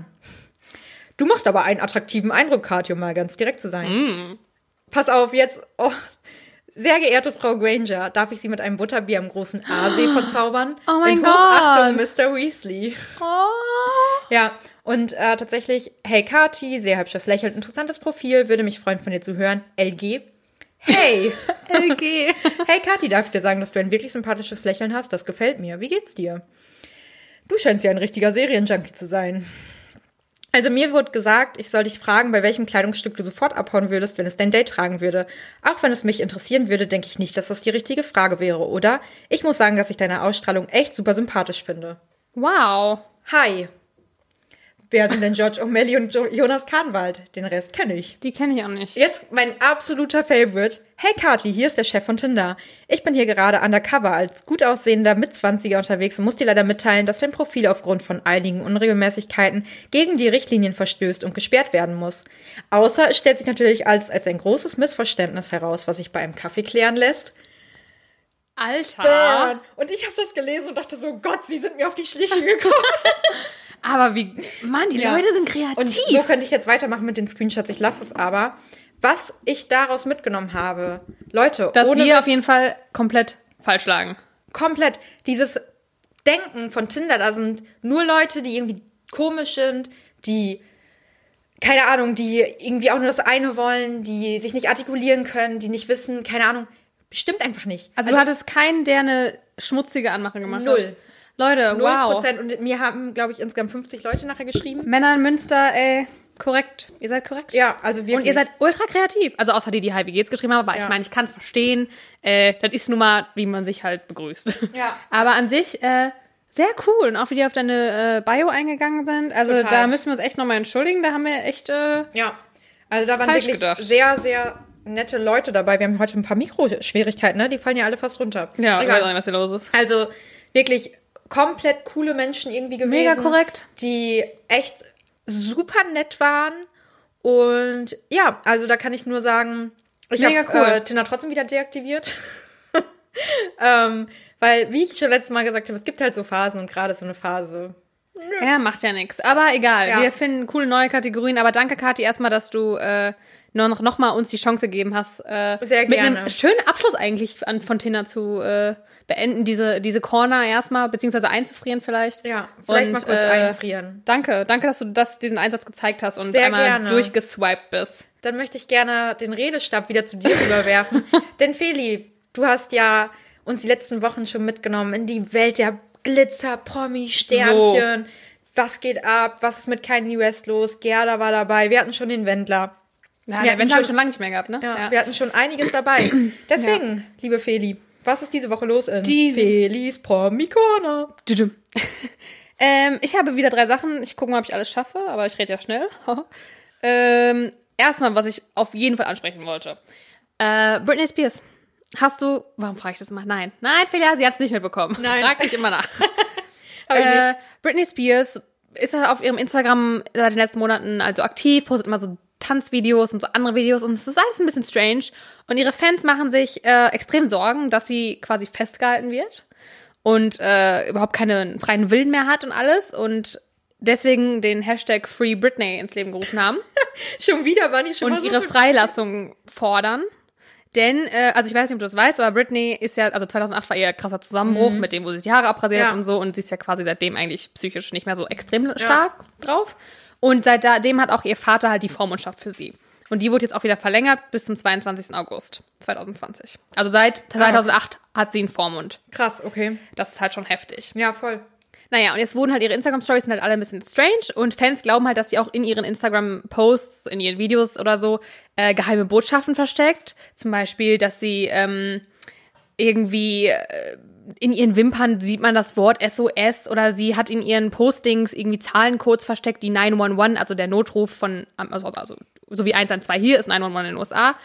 [SPEAKER 1] Du machst aber einen attraktiven Eindruck, Kathi, um mal ganz direkt zu sein. Pass auf, jetzt... Oh. Sehr geehrte Frau Granger, darf ich Sie mit einem Butterbier am großen Aasee verzaubern?
[SPEAKER 2] Oh mein
[SPEAKER 1] In
[SPEAKER 2] Gott.
[SPEAKER 1] Hochachtung, Mr. Weasley.
[SPEAKER 2] Oh.
[SPEAKER 1] Ja, und tatsächlich, hey Kathi, sehr hübsches Lächeln, interessantes Profil, würde mich freuen, von dir zu hören. LG. Hey.
[SPEAKER 2] LG.
[SPEAKER 1] Hey Kathi, darf ich dir sagen, dass du ein wirklich sympathisches Lächeln hast? Das gefällt mir. Wie geht's dir? Du scheinst ja ein richtiger Serienjunkie zu sein. Also mir wurde gesagt, ich soll dich fragen, bei welchem Kleidungsstück du sofort abhauen würdest, wenn es dein Date tragen würde. Auch wenn es mich interessieren würde, denke ich nicht, dass das die richtige Frage wäre, oder? Ich muss sagen, dass ich deine Ausstrahlung echt super sympathisch finde.
[SPEAKER 2] Wow.
[SPEAKER 1] Hi. Wer sind denn George O'Malley und Jonas Kahnwald? Den Rest kenne ich.
[SPEAKER 2] Die kenne ich auch nicht.
[SPEAKER 1] Jetzt mein absoluter Favorite. Hey Kathi, hier ist der Chef von Tinder. Ich bin hier gerade undercover als gut aussehender Mitzwanziger unterwegs und muss dir leider mitteilen, dass dein Profil aufgrund von einigen Unregelmäßigkeiten gegen die Richtlinien verstößt und gesperrt werden muss. Außer es stellt sich natürlich als ein großes Missverständnis heraus, was sich bei einem Kaffee klären lässt.
[SPEAKER 2] Alter.
[SPEAKER 1] Burn. Und ich habe das gelesen und dachte so, Gott, sie sind mir auf die Schliche gekommen.
[SPEAKER 2] Aber wie, Mann, die Leute sind kreativ.
[SPEAKER 1] Und so könnte ich jetzt weitermachen mit den Screenshots. Ich lasse es aber. Was ich daraus mitgenommen habe, Leute,
[SPEAKER 2] dass
[SPEAKER 1] ohne
[SPEAKER 2] wir
[SPEAKER 1] Witz,
[SPEAKER 2] auf jeden Fall komplett falsch lagen.
[SPEAKER 1] komplett dieses Denken von Tinder, da sind nur Leute, die irgendwie komisch sind, die, keine Ahnung, die irgendwie auch nur das eine wollen, die sich nicht artikulieren können, die nicht wissen, keine Ahnung, stimmt einfach nicht.
[SPEAKER 2] Also du hattest keinen, der eine schmutzige Anmache gemacht hat?
[SPEAKER 1] Null.
[SPEAKER 2] Leute, wow.
[SPEAKER 1] 0%. Und mir haben, glaube ich, insgesamt 50 Leute nachher geschrieben.
[SPEAKER 2] Männer in Münster, ey, korrekt. Ihr seid korrekt.
[SPEAKER 1] Ja, also wirklich.
[SPEAKER 2] Und ihr seid ultra kreativ. Also außer die Hi, wie geht's geschrieben haben, aber
[SPEAKER 1] Ja.
[SPEAKER 2] ich meine, ich kann es verstehen. Das ist nun mal, wie man sich halt begrüßt.
[SPEAKER 1] Ja.
[SPEAKER 2] Aber an sich, sehr cool. Und auch wie die auf deine Bio eingegangen sind. Also
[SPEAKER 1] Total.
[SPEAKER 2] da müssen wir uns echt nochmal entschuldigen. Da haben wir echt,
[SPEAKER 1] Ja, also da waren
[SPEAKER 2] Falsch
[SPEAKER 1] wirklich
[SPEAKER 2] gedacht.
[SPEAKER 1] sehr, sehr nette Leute dabei. Wir haben heute ein paar Mikroschwierigkeiten, ne? Die fallen ja alle fast runter.
[SPEAKER 2] ja, ich
[SPEAKER 1] Egal.
[SPEAKER 2] weiß auch nicht, was hier los ist.
[SPEAKER 1] Also wirklich komplett coole Menschen irgendwie gewesen.
[SPEAKER 2] Mega korrekt.
[SPEAKER 1] Die echt super nett waren. Und ja, also da kann ich nur sagen, ich
[SPEAKER 2] Mega
[SPEAKER 1] habe
[SPEAKER 2] cool.
[SPEAKER 1] Tinder trotzdem wieder deaktiviert. Weil, wie ich schon letztes Mal gesagt habe, es gibt halt so Phasen und gerade so eine Phase.
[SPEAKER 2] Ja, macht ja nichts. Aber egal,
[SPEAKER 1] Ja.
[SPEAKER 2] wir finden coole neue Kategorien. Aber danke, Kathi, erstmal, dass du noch mal uns die Chance gegeben hast,
[SPEAKER 1] Sehr
[SPEAKER 2] mit
[SPEAKER 1] gerne.
[SPEAKER 2] einem schönen Abschluss eigentlich von Tinder zu beenden, diese Corner erstmal, beziehungsweise einzufrieren vielleicht.
[SPEAKER 1] Ja, vielleicht
[SPEAKER 2] Und,
[SPEAKER 1] mal kurz einfrieren.
[SPEAKER 2] Danke, dass du diesen Einsatz gezeigt hast und
[SPEAKER 1] Sehr
[SPEAKER 2] einmal
[SPEAKER 1] gerne.
[SPEAKER 2] durchgeswiped bist.
[SPEAKER 1] Dann möchte ich gerne den Redestab wieder zu dir überwerfen. Denn Feli, du hast ja uns die letzten Wochen schon mitgenommen in die Welt der Glitzer, Promi, Sternchen. Was geht ab? Was ist mit Kanye West los? Gerda war dabei. Wir hatten schon den Wendler.
[SPEAKER 2] Ja,
[SPEAKER 1] Wir
[SPEAKER 2] der
[SPEAKER 1] hatten
[SPEAKER 2] Event habe ich
[SPEAKER 1] schon-
[SPEAKER 2] schon lange nicht mehr gehabt, ne?
[SPEAKER 1] Ja, wir hatten schon einiges dabei. Deswegen, liebe Feli, was ist diese Woche los in
[SPEAKER 2] Diese-
[SPEAKER 1] Felis Promi Corner?
[SPEAKER 2] Düdüm. Ich habe wieder 3 Sachen. Ich gucke mal, ob ich alles schaffe, aber ich rede ja schnell. Erstmal, was ich auf jeden Fall ansprechen wollte. Britney Spears. Warum frage ich das mal? Nein, Felia, sie hat es nicht mitbekommen.
[SPEAKER 1] Nein.
[SPEAKER 2] Frag mich immer nach.
[SPEAKER 1] Hab ich nicht.
[SPEAKER 2] Britney Spears ist auf ihrem Instagram seit den letzten Monaten also aktiv, postet immer so Tanzvideos und so andere Videos und es ist alles ein bisschen strange. Und ihre Fans machen sich extrem Sorgen, dass sie quasi festgehalten wird und überhaupt keinen freien Willen mehr hat und alles und deswegen den Hashtag Free Britney ins Leben gerufen haben
[SPEAKER 1] Schon wieder waren die schon mal
[SPEAKER 2] und
[SPEAKER 1] so
[SPEAKER 2] ihre
[SPEAKER 1] schön-
[SPEAKER 2] Freilassung fordern. Denn, also ich weiß nicht, ob du das weißt, aber Britney ist ja, also 2008 war ihr krasser Zusammenbruch, mit dem, wo sie sich die Haare abrasiert
[SPEAKER 1] Ja.
[SPEAKER 2] hat und so. Und sie ist ja quasi seitdem eigentlich psychisch nicht mehr so extrem stark drauf. Und seitdem hat auch ihr Vater halt die Vormundschaft für sie. Und die wurde jetzt auch wieder verlängert bis zum 22. August 2020. Also seit 2008 hat sie einen Vormund.
[SPEAKER 1] Krass, okay.
[SPEAKER 2] Das ist halt schon heftig.
[SPEAKER 1] Ja, voll.
[SPEAKER 2] Naja, und jetzt wurden halt ihre Instagram-Stories sind halt alle ein bisschen strange und Fans glauben halt, dass sie auch in ihren Instagram-Posts, in ihren Videos oder so geheime Botschaften versteckt. Zum Beispiel, dass sie irgendwie in ihren Wimpern sieht man das Wort SOS oder sie hat in ihren Postings irgendwie Zahlencodes versteckt, die 911, also der Notruf von, also so wie 112 hier ist 911 in den USA.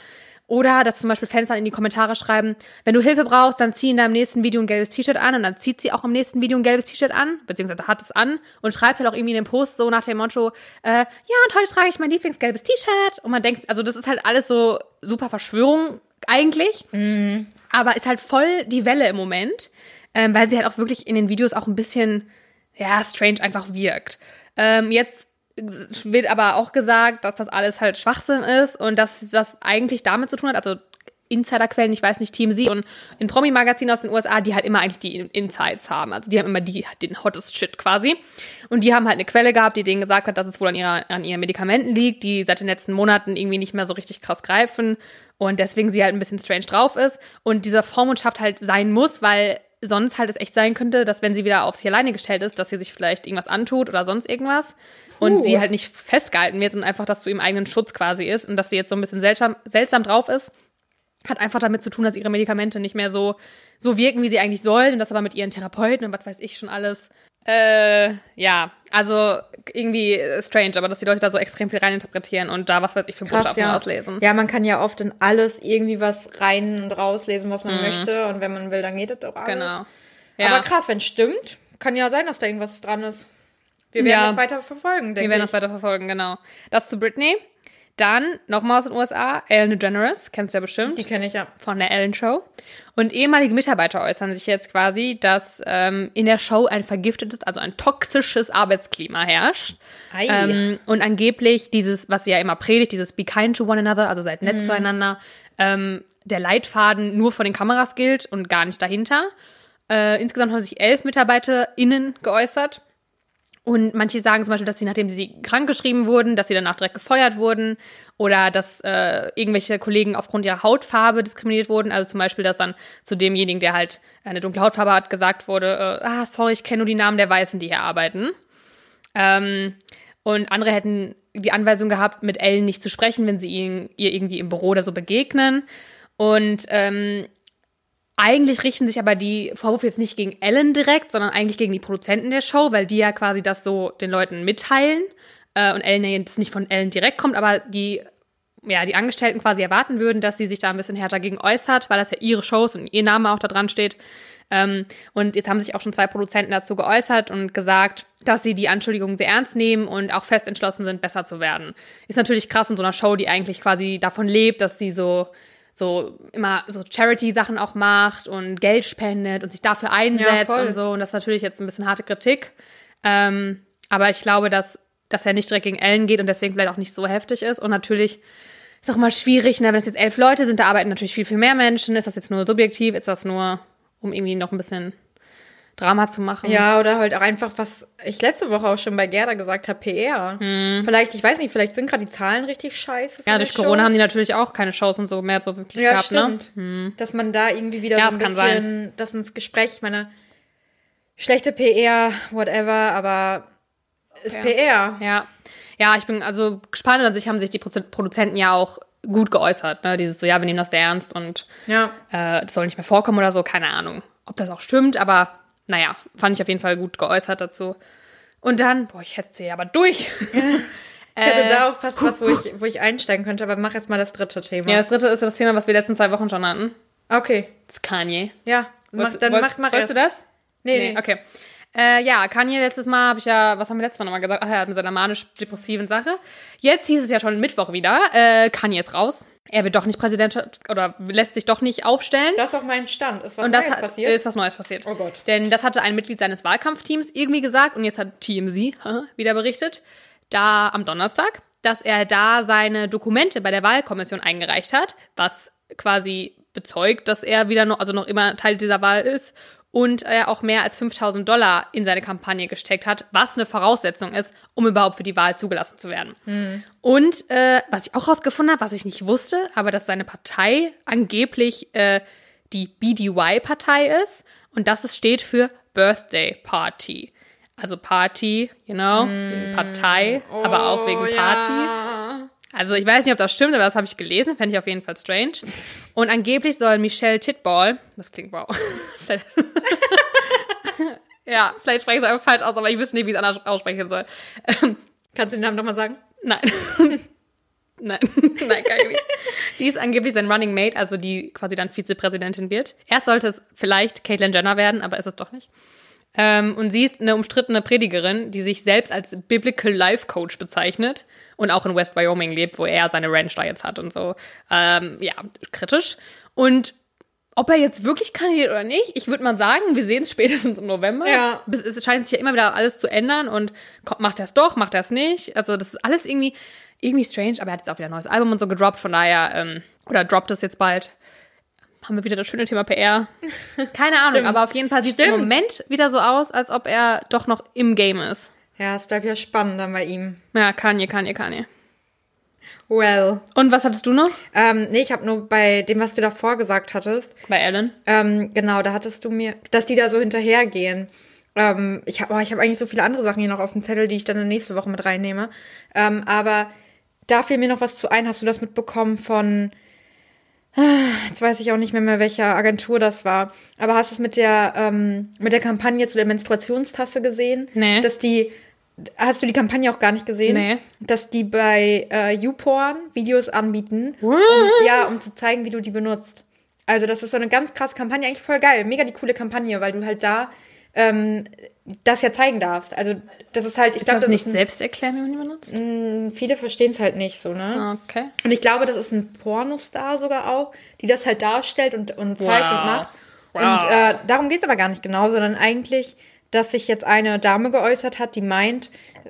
[SPEAKER 2] Oder dass zum Beispiel Fans dann in die Kommentare schreiben, wenn du Hilfe brauchst, dann zieh in deinem nächsten Video ein gelbes T-Shirt an und dann zieht sie auch im nächsten Video ein gelbes T-Shirt an, beziehungsweise hat es an und schreibt halt auch irgendwie in den Post so nach dem Motto, ja, und heute trage ich mein Lieblingsgelbes T-Shirt. Und man denkt, also das ist halt alles so super Verschwörung eigentlich, aber ist halt voll die Welle im Moment, weil sie halt auch wirklich in den Videos auch ein bisschen, ja, strange einfach wirkt. Jetzt wird aber auch gesagt, dass das alles halt Schwachsinn ist und dass das eigentlich damit zu tun hat, also Insiderquellen, ich weiß nicht, TMZ und in Promi-Magazinen aus den USA, die halt immer eigentlich die Insights haben. Also die haben immer den hottest Shit quasi. Und die haben halt eine Quelle gehabt, die denen gesagt hat, dass es wohl an ihren Medikamenten liegt, die seit den letzten Monaten irgendwie nicht mehr so richtig krass greifen und deswegen sie halt ein bisschen strange drauf ist und diese Vormundschaft halt sein muss, weil sonst halt es echt sein könnte, dass wenn sie wieder auf sich alleine gestellt ist, dass sie sich vielleicht irgendwas antut oder sonst irgendwas und sie halt nicht festgehalten wird, sondern einfach, dass zu ihrem eigenen Schutz quasi ist und dass sie jetzt so ein bisschen seltsam drauf ist, hat einfach damit zu tun, dass ihre Medikamente nicht mehr so wirken, wie sie eigentlich sollen und das aber mit ihren Therapeuten und was weiß ich schon alles. Ja, also irgendwie strange, aber dass die Leute da so extrem viel reininterpretieren und da was weiß ich für Botschaften auslesen.
[SPEAKER 1] Ja, man kann ja oft in alles irgendwie was rein und rauslesen, was man möchte und wenn man will, dann geht das doch alles.
[SPEAKER 2] Genau. Ja.
[SPEAKER 1] Aber krass, wenn es stimmt, kann ja sein, dass da irgendwas dran ist. Wir werden das weiter verfolgen, denke ich.
[SPEAKER 2] Wir werden das weiter verfolgen, genau. Das zu Britney. Dann, nochmal aus den USA, Ellen DeGeneres, kennst du ja bestimmt.
[SPEAKER 1] Die kenne ich, ja.
[SPEAKER 2] Von der Ellen Show. Und ehemalige Mitarbeiter äußern sich jetzt quasi, dass in der Show ein vergiftetes, also ein toxisches Arbeitsklima herrscht. Und angeblich dieses, was sie ja immer predigt, dieses Be kind to one another, also seid nett zueinander, der Leitfaden nur vor den Kameras gilt und gar nicht dahinter. Insgesamt haben sich 11 MitarbeiterInnen geäußert. Und manche sagen zum Beispiel, dass sie, nachdem sie krankgeschrieben wurden, dass sie danach direkt gefeuert wurden oder dass irgendwelche Kollegen aufgrund ihrer Hautfarbe diskriminiert wurden. Also zum Beispiel, dass dann zu demjenigen, der halt eine dunkle Hautfarbe hat, gesagt wurde, sorry, ich kenne nur die Namen der Weißen, die hier arbeiten. Und andere hätten die Anweisung gehabt, mit Ellen nicht zu sprechen, wenn sie ihr irgendwie im Büro oder so begegnen. Und eigentlich richten sich aber die Vorwürfe jetzt nicht gegen Ellen direkt, sondern eigentlich gegen die Produzenten der Show, weil die ja quasi das so den Leuten mitteilen und Ellen jetzt nicht von Ellen direkt kommt, aber die Angestellten quasi erwarten würden, dass sie sich da ein bisschen härter gegen äußert, weil das ja ihre Shows und ihr Name auch da dran steht. Und jetzt haben sich auch schon 2 Produzenten dazu geäußert und gesagt, dass sie die Anschuldigungen sehr ernst nehmen und auch fest entschlossen sind, besser zu werden. Ist natürlich krass in so einer Show, die eigentlich quasi davon lebt, dass sie so immer so Charity-Sachen auch macht und Geld spendet und sich dafür einsetzt und so. Und das ist natürlich jetzt ein bisschen harte Kritik. Aber ich glaube, dass er nicht direkt gegen Ellen geht und deswegen vielleicht auch nicht so heftig ist. Und natürlich ist es auch mal schwierig, ne, wenn es jetzt 11 Leute sind, da arbeiten natürlich viel, viel mehr Menschen. Ist das jetzt nur subjektiv? Ist das nur, um irgendwie noch ein bisschen Drama zu machen?
[SPEAKER 1] Ja, oder halt auch einfach, was ich letzte Woche auch schon bei Gerda gesagt habe, PR. Vielleicht, ich weiß nicht, vielleicht sind gerade die Zahlen richtig scheiße.
[SPEAKER 2] Ja, durch Corona haben die natürlich auch keine Shows und so mehr so wirklich gehabt,
[SPEAKER 1] stimmt.
[SPEAKER 2] Ne?
[SPEAKER 1] Dass man da irgendwie wieder so ein bisschen, das ins Gespräch, ich meine, schlechte PR, whatever, aber ist PR.
[SPEAKER 2] Ja, ich bin also gespannt und an sich haben sich die Produzenten ja auch gut geäußert, ne? Dieses so, ja, wir nehmen das sehr ernst und das soll nicht mehr vorkommen oder so, keine Ahnung, ob das auch stimmt, aber naja, fand ich auf jeden Fall gut geäußert dazu. Und dann, ich hätte sie aber durch.
[SPEAKER 1] Ich hätte da auch fast was, wo ich einsteigen könnte, aber mach jetzt mal das dritte Thema.
[SPEAKER 2] Ja, das dritte ist das Thema, was wir die letzten 2 Wochen schon hatten.
[SPEAKER 1] Okay.
[SPEAKER 2] Das ist Kanye.
[SPEAKER 1] Ja, mach
[SPEAKER 2] Wolltest du das?
[SPEAKER 1] Nee.
[SPEAKER 2] Okay. Ja, Kanye letztes Mal habe ich ja, was haben wir letztes Mal nochmal gesagt? Ach ja, mit seiner manisch-depressiven Sache. Jetzt hieß es ja schon Mittwoch wieder, Kanye ist raus. Er wird doch nicht Präsident oder lässt sich doch nicht aufstellen.
[SPEAKER 1] Das ist auch mein Stand. Ist was
[SPEAKER 2] Neues passiert? Ist was Neues passiert.
[SPEAKER 1] Oh Gott.
[SPEAKER 2] Denn das hatte ein Mitglied seines Wahlkampfteams irgendwie gesagt und jetzt hat TMZ wieder berichtet, da am Donnerstag, dass er da seine Dokumente bei der Wahlkommission eingereicht hat, was quasi bezeugt, dass er wieder noch immer Teil dieser Wahl ist und er auch mehr als $5.000 in seine Kampagne gesteckt hat, was eine Voraussetzung ist, um überhaupt für die Wahl zugelassen zu werden. Und was ich auch rausgefunden habe, was ich nicht wusste, aber dass seine Partei angeblich die BDY-Partei ist und das steht für Birthday Party. Also Party, Partei, aber auch wegen Party. Ja. Also ich weiß nicht, ob das stimmt, aber das habe ich gelesen, fände ich auf jeden Fall strange. Und angeblich soll Michelle Titball, das klingt wow, ja, vielleicht spreche ich es einfach falsch aus, aber ich wüsste nicht, wie ich es anders aussprechen soll.
[SPEAKER 1] Kannst du den Namen nochmal sagen?
[SPEAKER 2] Nein. Nein, kann ich nicht. Die ist angeblich sein Running Mate, also die quasi dann Vizepräsidentin wird. Erst sollte es vielleicht Caitlyn Jenner werden, aber ist es doch nicht. Und sie ist eine umstrittene Predigerin, die sich selbst als Biblical Life Coach bezeichnet und auch in West Wyoming lebt, wo er seine Ranch da jetzt hat und so. Ja, kritisch. Und ob er jetzt wirklich kandidiert oder nicht, ich würde mal sagen, wir sehen es spätestens im November.
[SPEAKER 1] Ja.
[SPEAKER 2] Es scheint sich ja immer wieder alles zu ändern und macht er es doch, macht er es nicht. Also das ist alles irgendwie strange, aber er hat jetzt auch wieder ein neues Album und so gedroppt, von daher, oder droppt es jetzt bald. Haben wir wieder das schöne Thema PR. Keine Ahnung,
[SPEAKER 1] Stimmt.
[SPEAKER 2] aber auf jeden Fall sieht es im Moment wieder so aus, als ob er doch noch im Game ist.
[SPEAKER 1] Ja, es bleibt ja spannend dann bei ihm.
[SPEAKER 2] Ja, Kanye.
[SPEAKER 1] Well.
[SPEAKER 2] Und was hattest du noch?
[SPEAKER 1] Nee, ich habe nur bei dem, was du davor gesagt hattest.
[SPEAKER 2] Bei Ellen?
[SPEAKER 1] Genau, da hattest du mir, dass die da so hinterhergehen. Ich hab eigentlich so viele andere Sachen hier noch auf dem Zettel, die ich dann nächste Woche mit reinnehme. Aber da fiel mir noch was zu ein. Hast du das mitbekommen von, jetzt weiß ich auch nicht mehr, welcher Agentur das war. Aber hast du es mit der Kampagne zu der Menstruationstasse gesehen?
[SPEAKER 2] Nee.
[SPEAKER 1] Hast du die Kampagne auch gar nicht gesehen?
[SPEAKER 2] Nee.
[SPEAKER 1] Dass die bei YouPorn Videos anbieten, um zu zeigen, wie du die benutzt. Also das ist so eine ganz krasse Kampagne, eigentlich voll geil. Mega die coole Kampagne, weil du halt da das ja zeigen darfst. Also das ist halt, ich glaube,
[SPEAKER 2] das nicht selbst erklären, wie man die benutzt?
[SPEAKER 1] Viele verstehen es halt nicht so, ne?
[SPEAKER 2] Okay.
[SPEAKER 1] Und ich glaube, das ist ein Pornostar sogar auch, die das halt darstellt und zeigt und macht.
[SPEAKER 2] Wow.
[SPEAKER 1] Und darum geht's aber gar nicht genau, sondern eigentlich, dass sich jetzt eine Dame geäußert hat, die meint,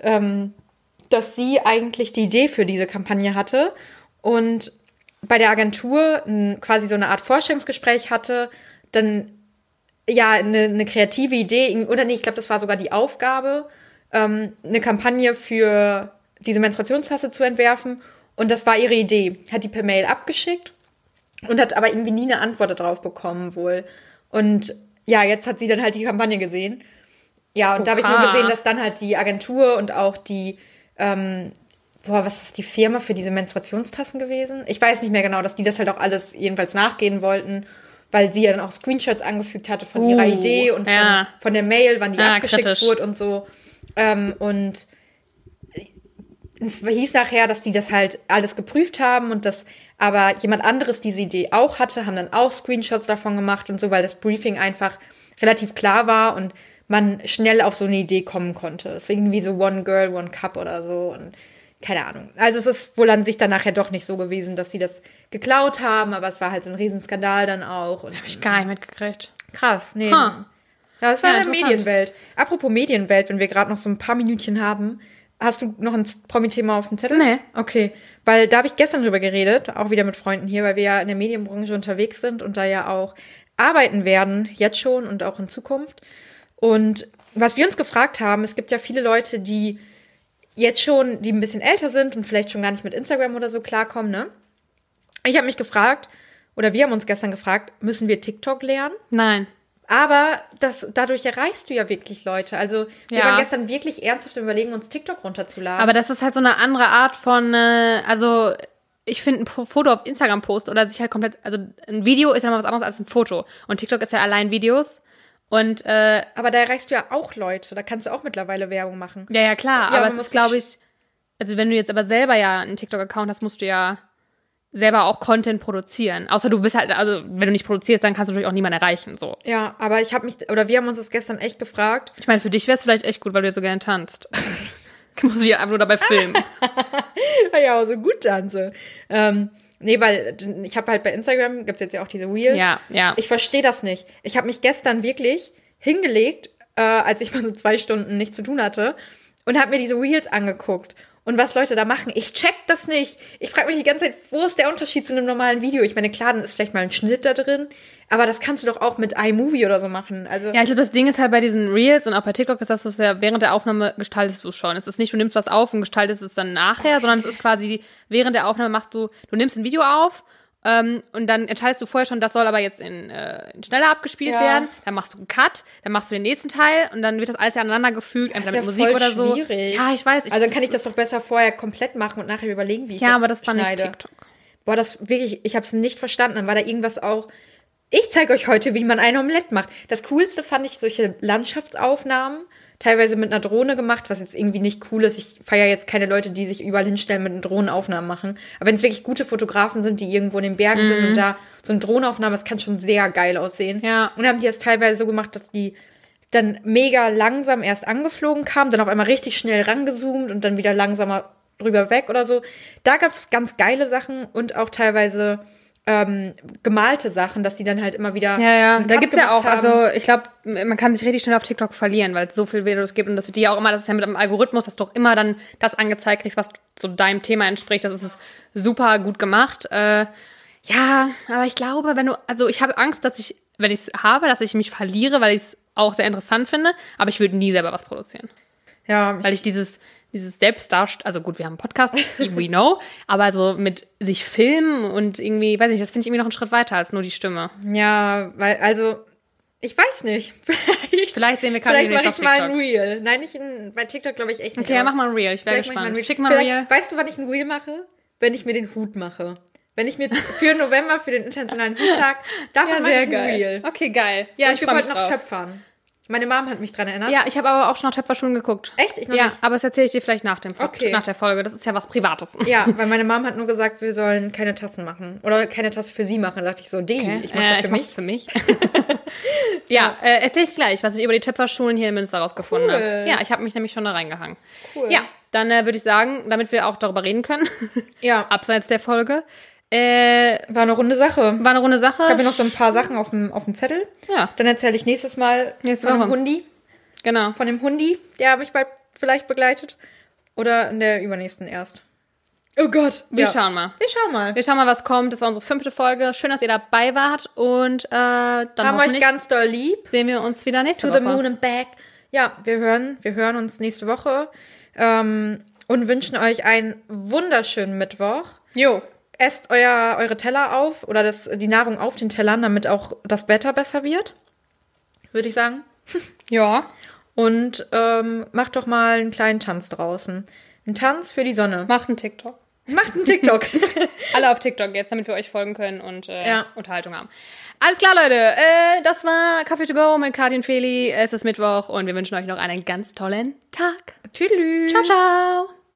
[SPEAKER 1] dass sie eigentlich die Idee für diese Kampagne hatte und bei der Agentur quasi so eine Art Vorstellungsgespräch hatte, dann eine kreative Idee, oder nee, ich glaube, das war sogar die Aufgabe, eine Kampagne für diese Menstruationstasse zu entwerfen und das war ihre Idee. Hat die per Mail abgeschickt und hat aber irgendwie nie eine Antwort darauf bekommen wohl. Und ja, jetzt hat sie dann halt die Kampagne gesehen. Ja, und da habe ich nur gesehen, dass dann halt die Agentur und auch die, was ist die Firma für diese Menstruationstassen gewesen? Ich weiß nicht mehr genau, dass die das halt auch alles jedenfalls nachgehen wollten, weil sie ja dann auch Screenshots angefügt hatte von ihrer Idee und von der Mail, wann die abgeschickt wurde und so. Und es hieß nachher, dass die das halt alles geprüft haben und dass aber jemand anderes diese Idee auch hatte, haben dann auch Screenshots davon gemacht und so, weil das Briefing einfach relativ klar war und man schnell auf so eine Idee kommen konnte. Es ist irgendwie so One Girl, One Cup oder so und keine Ahnung. Also es ist wohl an sich dann nachher doch nicht so gewesen, dass sie das geklaut haben, aber es war halt so ein Riesenskandal dann auch.
[SPEAKER 2] Habe ich gar nicht mitgekriegt.
[SPEAKER 1] Krass, nee. Ja, das war eine Medienwelt. Apropos Medienwelt, wenn wir gerade noch so ein paar Minütchen haben, hast du noch ein Promi-Thema auf dem Zettel?
[SPEAKER 2] Nee.
[SPEAKER 1] Okay, weil da habe ich gestern drüber geredet, auch wieder mit Freunden hier, weil wir ja in der Medienbranche unterwegs sind und da ja auch arbeiten werden, jetzt schon und auch in Zukunft. Und was wir uns gefragt haben, es gibt ja viele Leute, die jetzt schon, die ein bisschen älter sind und vielleicht schon gar nicht mit Instagram oder so klarkommen, ne? Ich habe mich gefragt, oder wir haben uns gestern gefragt, müssen wir TikTok lernen?
[SPEAKER 2] Nein.
[SPEAKER 1] Aber dadurch erreichst du ja wirklich Leute. Also wir waren gestern wirklich ernsthaft überlegen, uns TikTok runterzuladen.
[SPEAKER 2] Aber das ist halt so eine andere Art von, also ich finde ein Foto auf Instagram posten oder sich halt komplett, also ein Video ist ja mal was anderes als ein Foto. Und TikTok ist ja allein Videos. Und,
[SPEAKER 1] aber da erreichst du ja auch Leute. Da kannst du auch mittlerweile Werbung machen.
[SPEAKER 2] Ja, klar. Aber es ist, glaube ich, also wenn du jetzt aber selber ja einen TikTok-Account hast, musst du ja selber auch Content produzieren. Außer du bist halt, also wenn du nicht produzierst, dann kannst du natürlich auch niemanden erreichen, so.
[SPEAKER 1] Ja, aber wir haben uns das gestern echt gefragt.
[SPEAKER 2] Ich meine, für dich wäre es vielleicht echt gut, weil du ja so gerne tanzt. Musst du dich einfach nur dabei filmen.
[SPEAKER 1] Ja, so gut tanze. Nee, weil ich habe halt bei Instagram, gibt's jetzt ja auch diese Reels.
[SPEAKER 2] Ja.
[SPEAKER 1] Ich verstehe das nicht. Ich habe mich gestern wirklich hingelegt, als ich mal so 2 Stunden nichts zu tun hatte und habe mir diese Reels angeguckt. Und was Leute da machen, ich check das nicht. Ich frage mich die ganze Zeit, wo ist der Unterschied zu einem normalen Video? Ich meine, klar, dann ist vielleicht mal ein Schnitt da drin, aber das kannst du doch auch mit iMovie oder so machen. Also
[SPEAKER 2] ja, ich glaube, das Ding ist halt bei diesen Reels und auch bei TikTok ist, dass du es ja während der Aufnahme gestaltest du es schon. Es ist nicht, du nimmst was auf und gestaltest es dann nachher, sondern es ist quasi, während der Aufnahme du nimmst ein Video auf und dann entscheidest du vorher schon, das soll aber jetzt in schneller abgespielt werden. Dann machst du einen Cut, dann machst du den nächsten Teil und dann wird das alles aneinander gefügt, entweder mit Musik oder so.
[SPEAKER 1] Schwierig.
[SPEAKER 2] Ja, ich weiß.
[SPEAKER 1] Also dann kann ich das doch besser vorher komplett machen und nachher überlegen, wie ich das schneide.
[SPEAKER 2] Ja, aber das war nicht TikTok.
[SPEAKER 1] Boah, das wirklich, ich habe es nicht verstanden. Dann war da irgendwas auch Ich zeige euch heute, wie man ein Omelett macht. Das Coolste fand ich solche Landschaftsaufnahmen, teilweise mit einer Drohne gemacht, was jetzt irgendwie nicht cool ist. Ich feiere jetzt keine Leute, die sich überall hinstellen mit einer Drohnenaufnahmen machen. Aber wenn es wirklich gute Fotografen sind, die irgendwo in den Bergen sind und da so eine Drohnenaufnahme, das kann schon sehr geil aussehen.
[SPEAKER 2] Ja.
[SPEAKER 1] Und dann haben die das teilweise so gemacht, dass die dann mega langsam erst angeflogen kamen, dann auf einmal richtig schnell rangezoomt und dann wieder langsamer drüber weg oder so. Da gab es ganz geile Sachen und auch teilweise gemalte Sachen, dass die dann halt immer wieder
[SPEAKER 2] Ja,
[SPEAKER 1] einen
[SPEAKER 2] da
[SPEAKER 1] Cut
[SPEAKER 2] gibt's ja auch,
[SPEAKER 1] gemacht haben.
[SPEAKER 2] also ich glaube, man kann sich richtig schnell auf TikTok verlieren, weil es so viele Videos gibt und das wird dir ja auch immer, das ist ja mit dem Algorithmus, dass du auch immer dann das angezeigt kriegst, was so deinem Thema entspricht. Das ist super gut gemacht. Ja, aber ich glaube, ich habe Angst, dass ich mich verliere, weil ich es auch sehr interessant finde, aber ich würde nie selber was produzieren.
[SPEAKER 1] Ja,
[SPEAKER 2] Weil ich dieses Selbstdarstellung, also gut, wir haben einen Podcast, we know, aber so mit sich filmen und irgendwie, weiß nicht, das finde ich irgendwie noch einen Schritt weiter als nur die Stimme.
[SPEAKER 1] ja, weil, also, ich weiß nicht.
[SPEAKER 2] Vielleicht sehen wir Karin
[SPEAKER 1] Vielleicht
[SPEAKER 2] jetzt
[SPEAKER 1] mache
[SPEAKER 2] auf
[SPEAKER 1] ich mal
[SPEAKER 2] TikTok.
[SPEAKER 1] ein Reel. Nein, bei TikTok glaube ich echt nicht.
[SPEAKER 2] Okay, ja,
[SPEAKER 1] aber
[SPEAKER 2] mach mal ein Reel, ich wäre
[SPEAKER 1] vielleicht mache ich
[SPEAKER 2] gespannt. Schick mal ein
[SPEAKER 1] Vielleicht-
[SPEAKER 2] Reel.
[SPEAKER 1] Weißt du, wann ich ein Reel mache? Wenn ich mir den Hut mache. Wenn ich mir für November, für den internationalen Huttag, davon mache ich ein Reel.
[SPEAKER 2] Okay, geil. Ja,
[SPEAKER 1] Und
[SPEAKER 2] ich
[SPEAKER 1] wir
[SPEAKER 2] freue mich
[SPEAKER 1] wollten noch
[SPEAKER 2] drauf.
[SPEAKER 1] töpfern. Meine Mom hat mich dran erinnert.
[SPEAKER 2] Ja, ich habe aber auch schon nach Töpferschulen geguckt.
[SPEAKER 1] Echt? Ich noch
[SPEAKER 2] Ja,
[SPEAKER 1] nicht.
[SPEAKER 2] aber das erzähle ich dir vielleicht nach
[SPEAKER 1] Okay.
[SPEAKER 2] nach der Folge. Das ist ja was Privates.
[SPEAKER 1] Ja, weil meine Mom hat nur gesagt, wir sollen keine Tassen machen. Oder keine Tasse für sie machen. Da dachte ich so, ich mach das für mich.
[SPEAKER 2] Mach's für mich. Ja, erzähl ich gleich, was ich über die Töpferschulen hier in Münster rausgefunden
[SPEAKER 1] Cool.
[SPEAKER 2] habe. Ja, ich habe mich nämlich schon da reingehangen.
[SPEAKER 1] Cool.
[SPEAKER 2] Ja, dann würde ich sagen, damit wir auch darüber reden können,
[SPEAKER 1] Ja,
[SPEAKER 2] abseits der Folge,
[SPEAKER 1] war eine runde Sache.
[SPEAKER 2] war eine runde Sache.
[SPEAKER 1] Ich habe noch so ein paar Sachen auf dem Zettel.
[SPEAKER 2] Ja,
[SPEAKER 1] Dann erzähle ich nächstes Mal
[SPEAKER 2] Nächste
[SPEAKER 1] von dem
[SPEAKER 2] Woche.
[SPEAKER 1] Hundi.
[SPEAKER 2] genau.
[SPEAKER 1] Von dem Hundi, der mich bald vielleicht begleitet. Oder in der übernächsten erst. Oh Gott.
[SPEAKER 2] Wir schauen mal.
[SPEAKER 1] Wir schauen mal.
[SPEAKER 2] Wir schauen mal, was kommt. Das war unsere 5. Folge. Schön, dass ihr dabei wart. Und dann
[SPEAKER 1] Haben euch
[SPEAKER 2] hoffentlich
[SPEAKER 1] ganz doll lieb.
[SPEAKER 2] sehen wir uns wieder nächste
[SPEAKER 1] To
[SPEAKER 2] Woche.
[SPEAKER 1] the moon and back. Ja, wir hören uns nächste Woche. Und wünschen euch einen wunderschönen Mittwoch.
[SPEAKER 2] Jo.
[SPEAKER 1] Esst eure Teller auf oder die Nahrung auf den Tellern, damit auch das Wetter besser wird. Würde ich sagen.
[SPEAKER 2] Ja.
[SPEAKER 1] Und macht doch mal einen kleinen Tanz draußen. Ein Tanz für die Sonne.
[SPEAKER 2] Macht einen TikTok.
[SPEAKER 1] Macht einen TikTok.
[SPEAKER 2] Alle auf TikTok jetzt, damit wir euch folgen können und
[SPEAKER 1] Ja.
[SPEAKER 2] Unterhaltung haben. Alles klar, Leute. Das war Kaffee to go mit Kathi und Feli. Es ist Mittwoch und wir wünschen euch noch einen ganz tollen Tag.
[SPEAKER 1] Tschüss.
[SPEAKER 2] Ciao, ciao.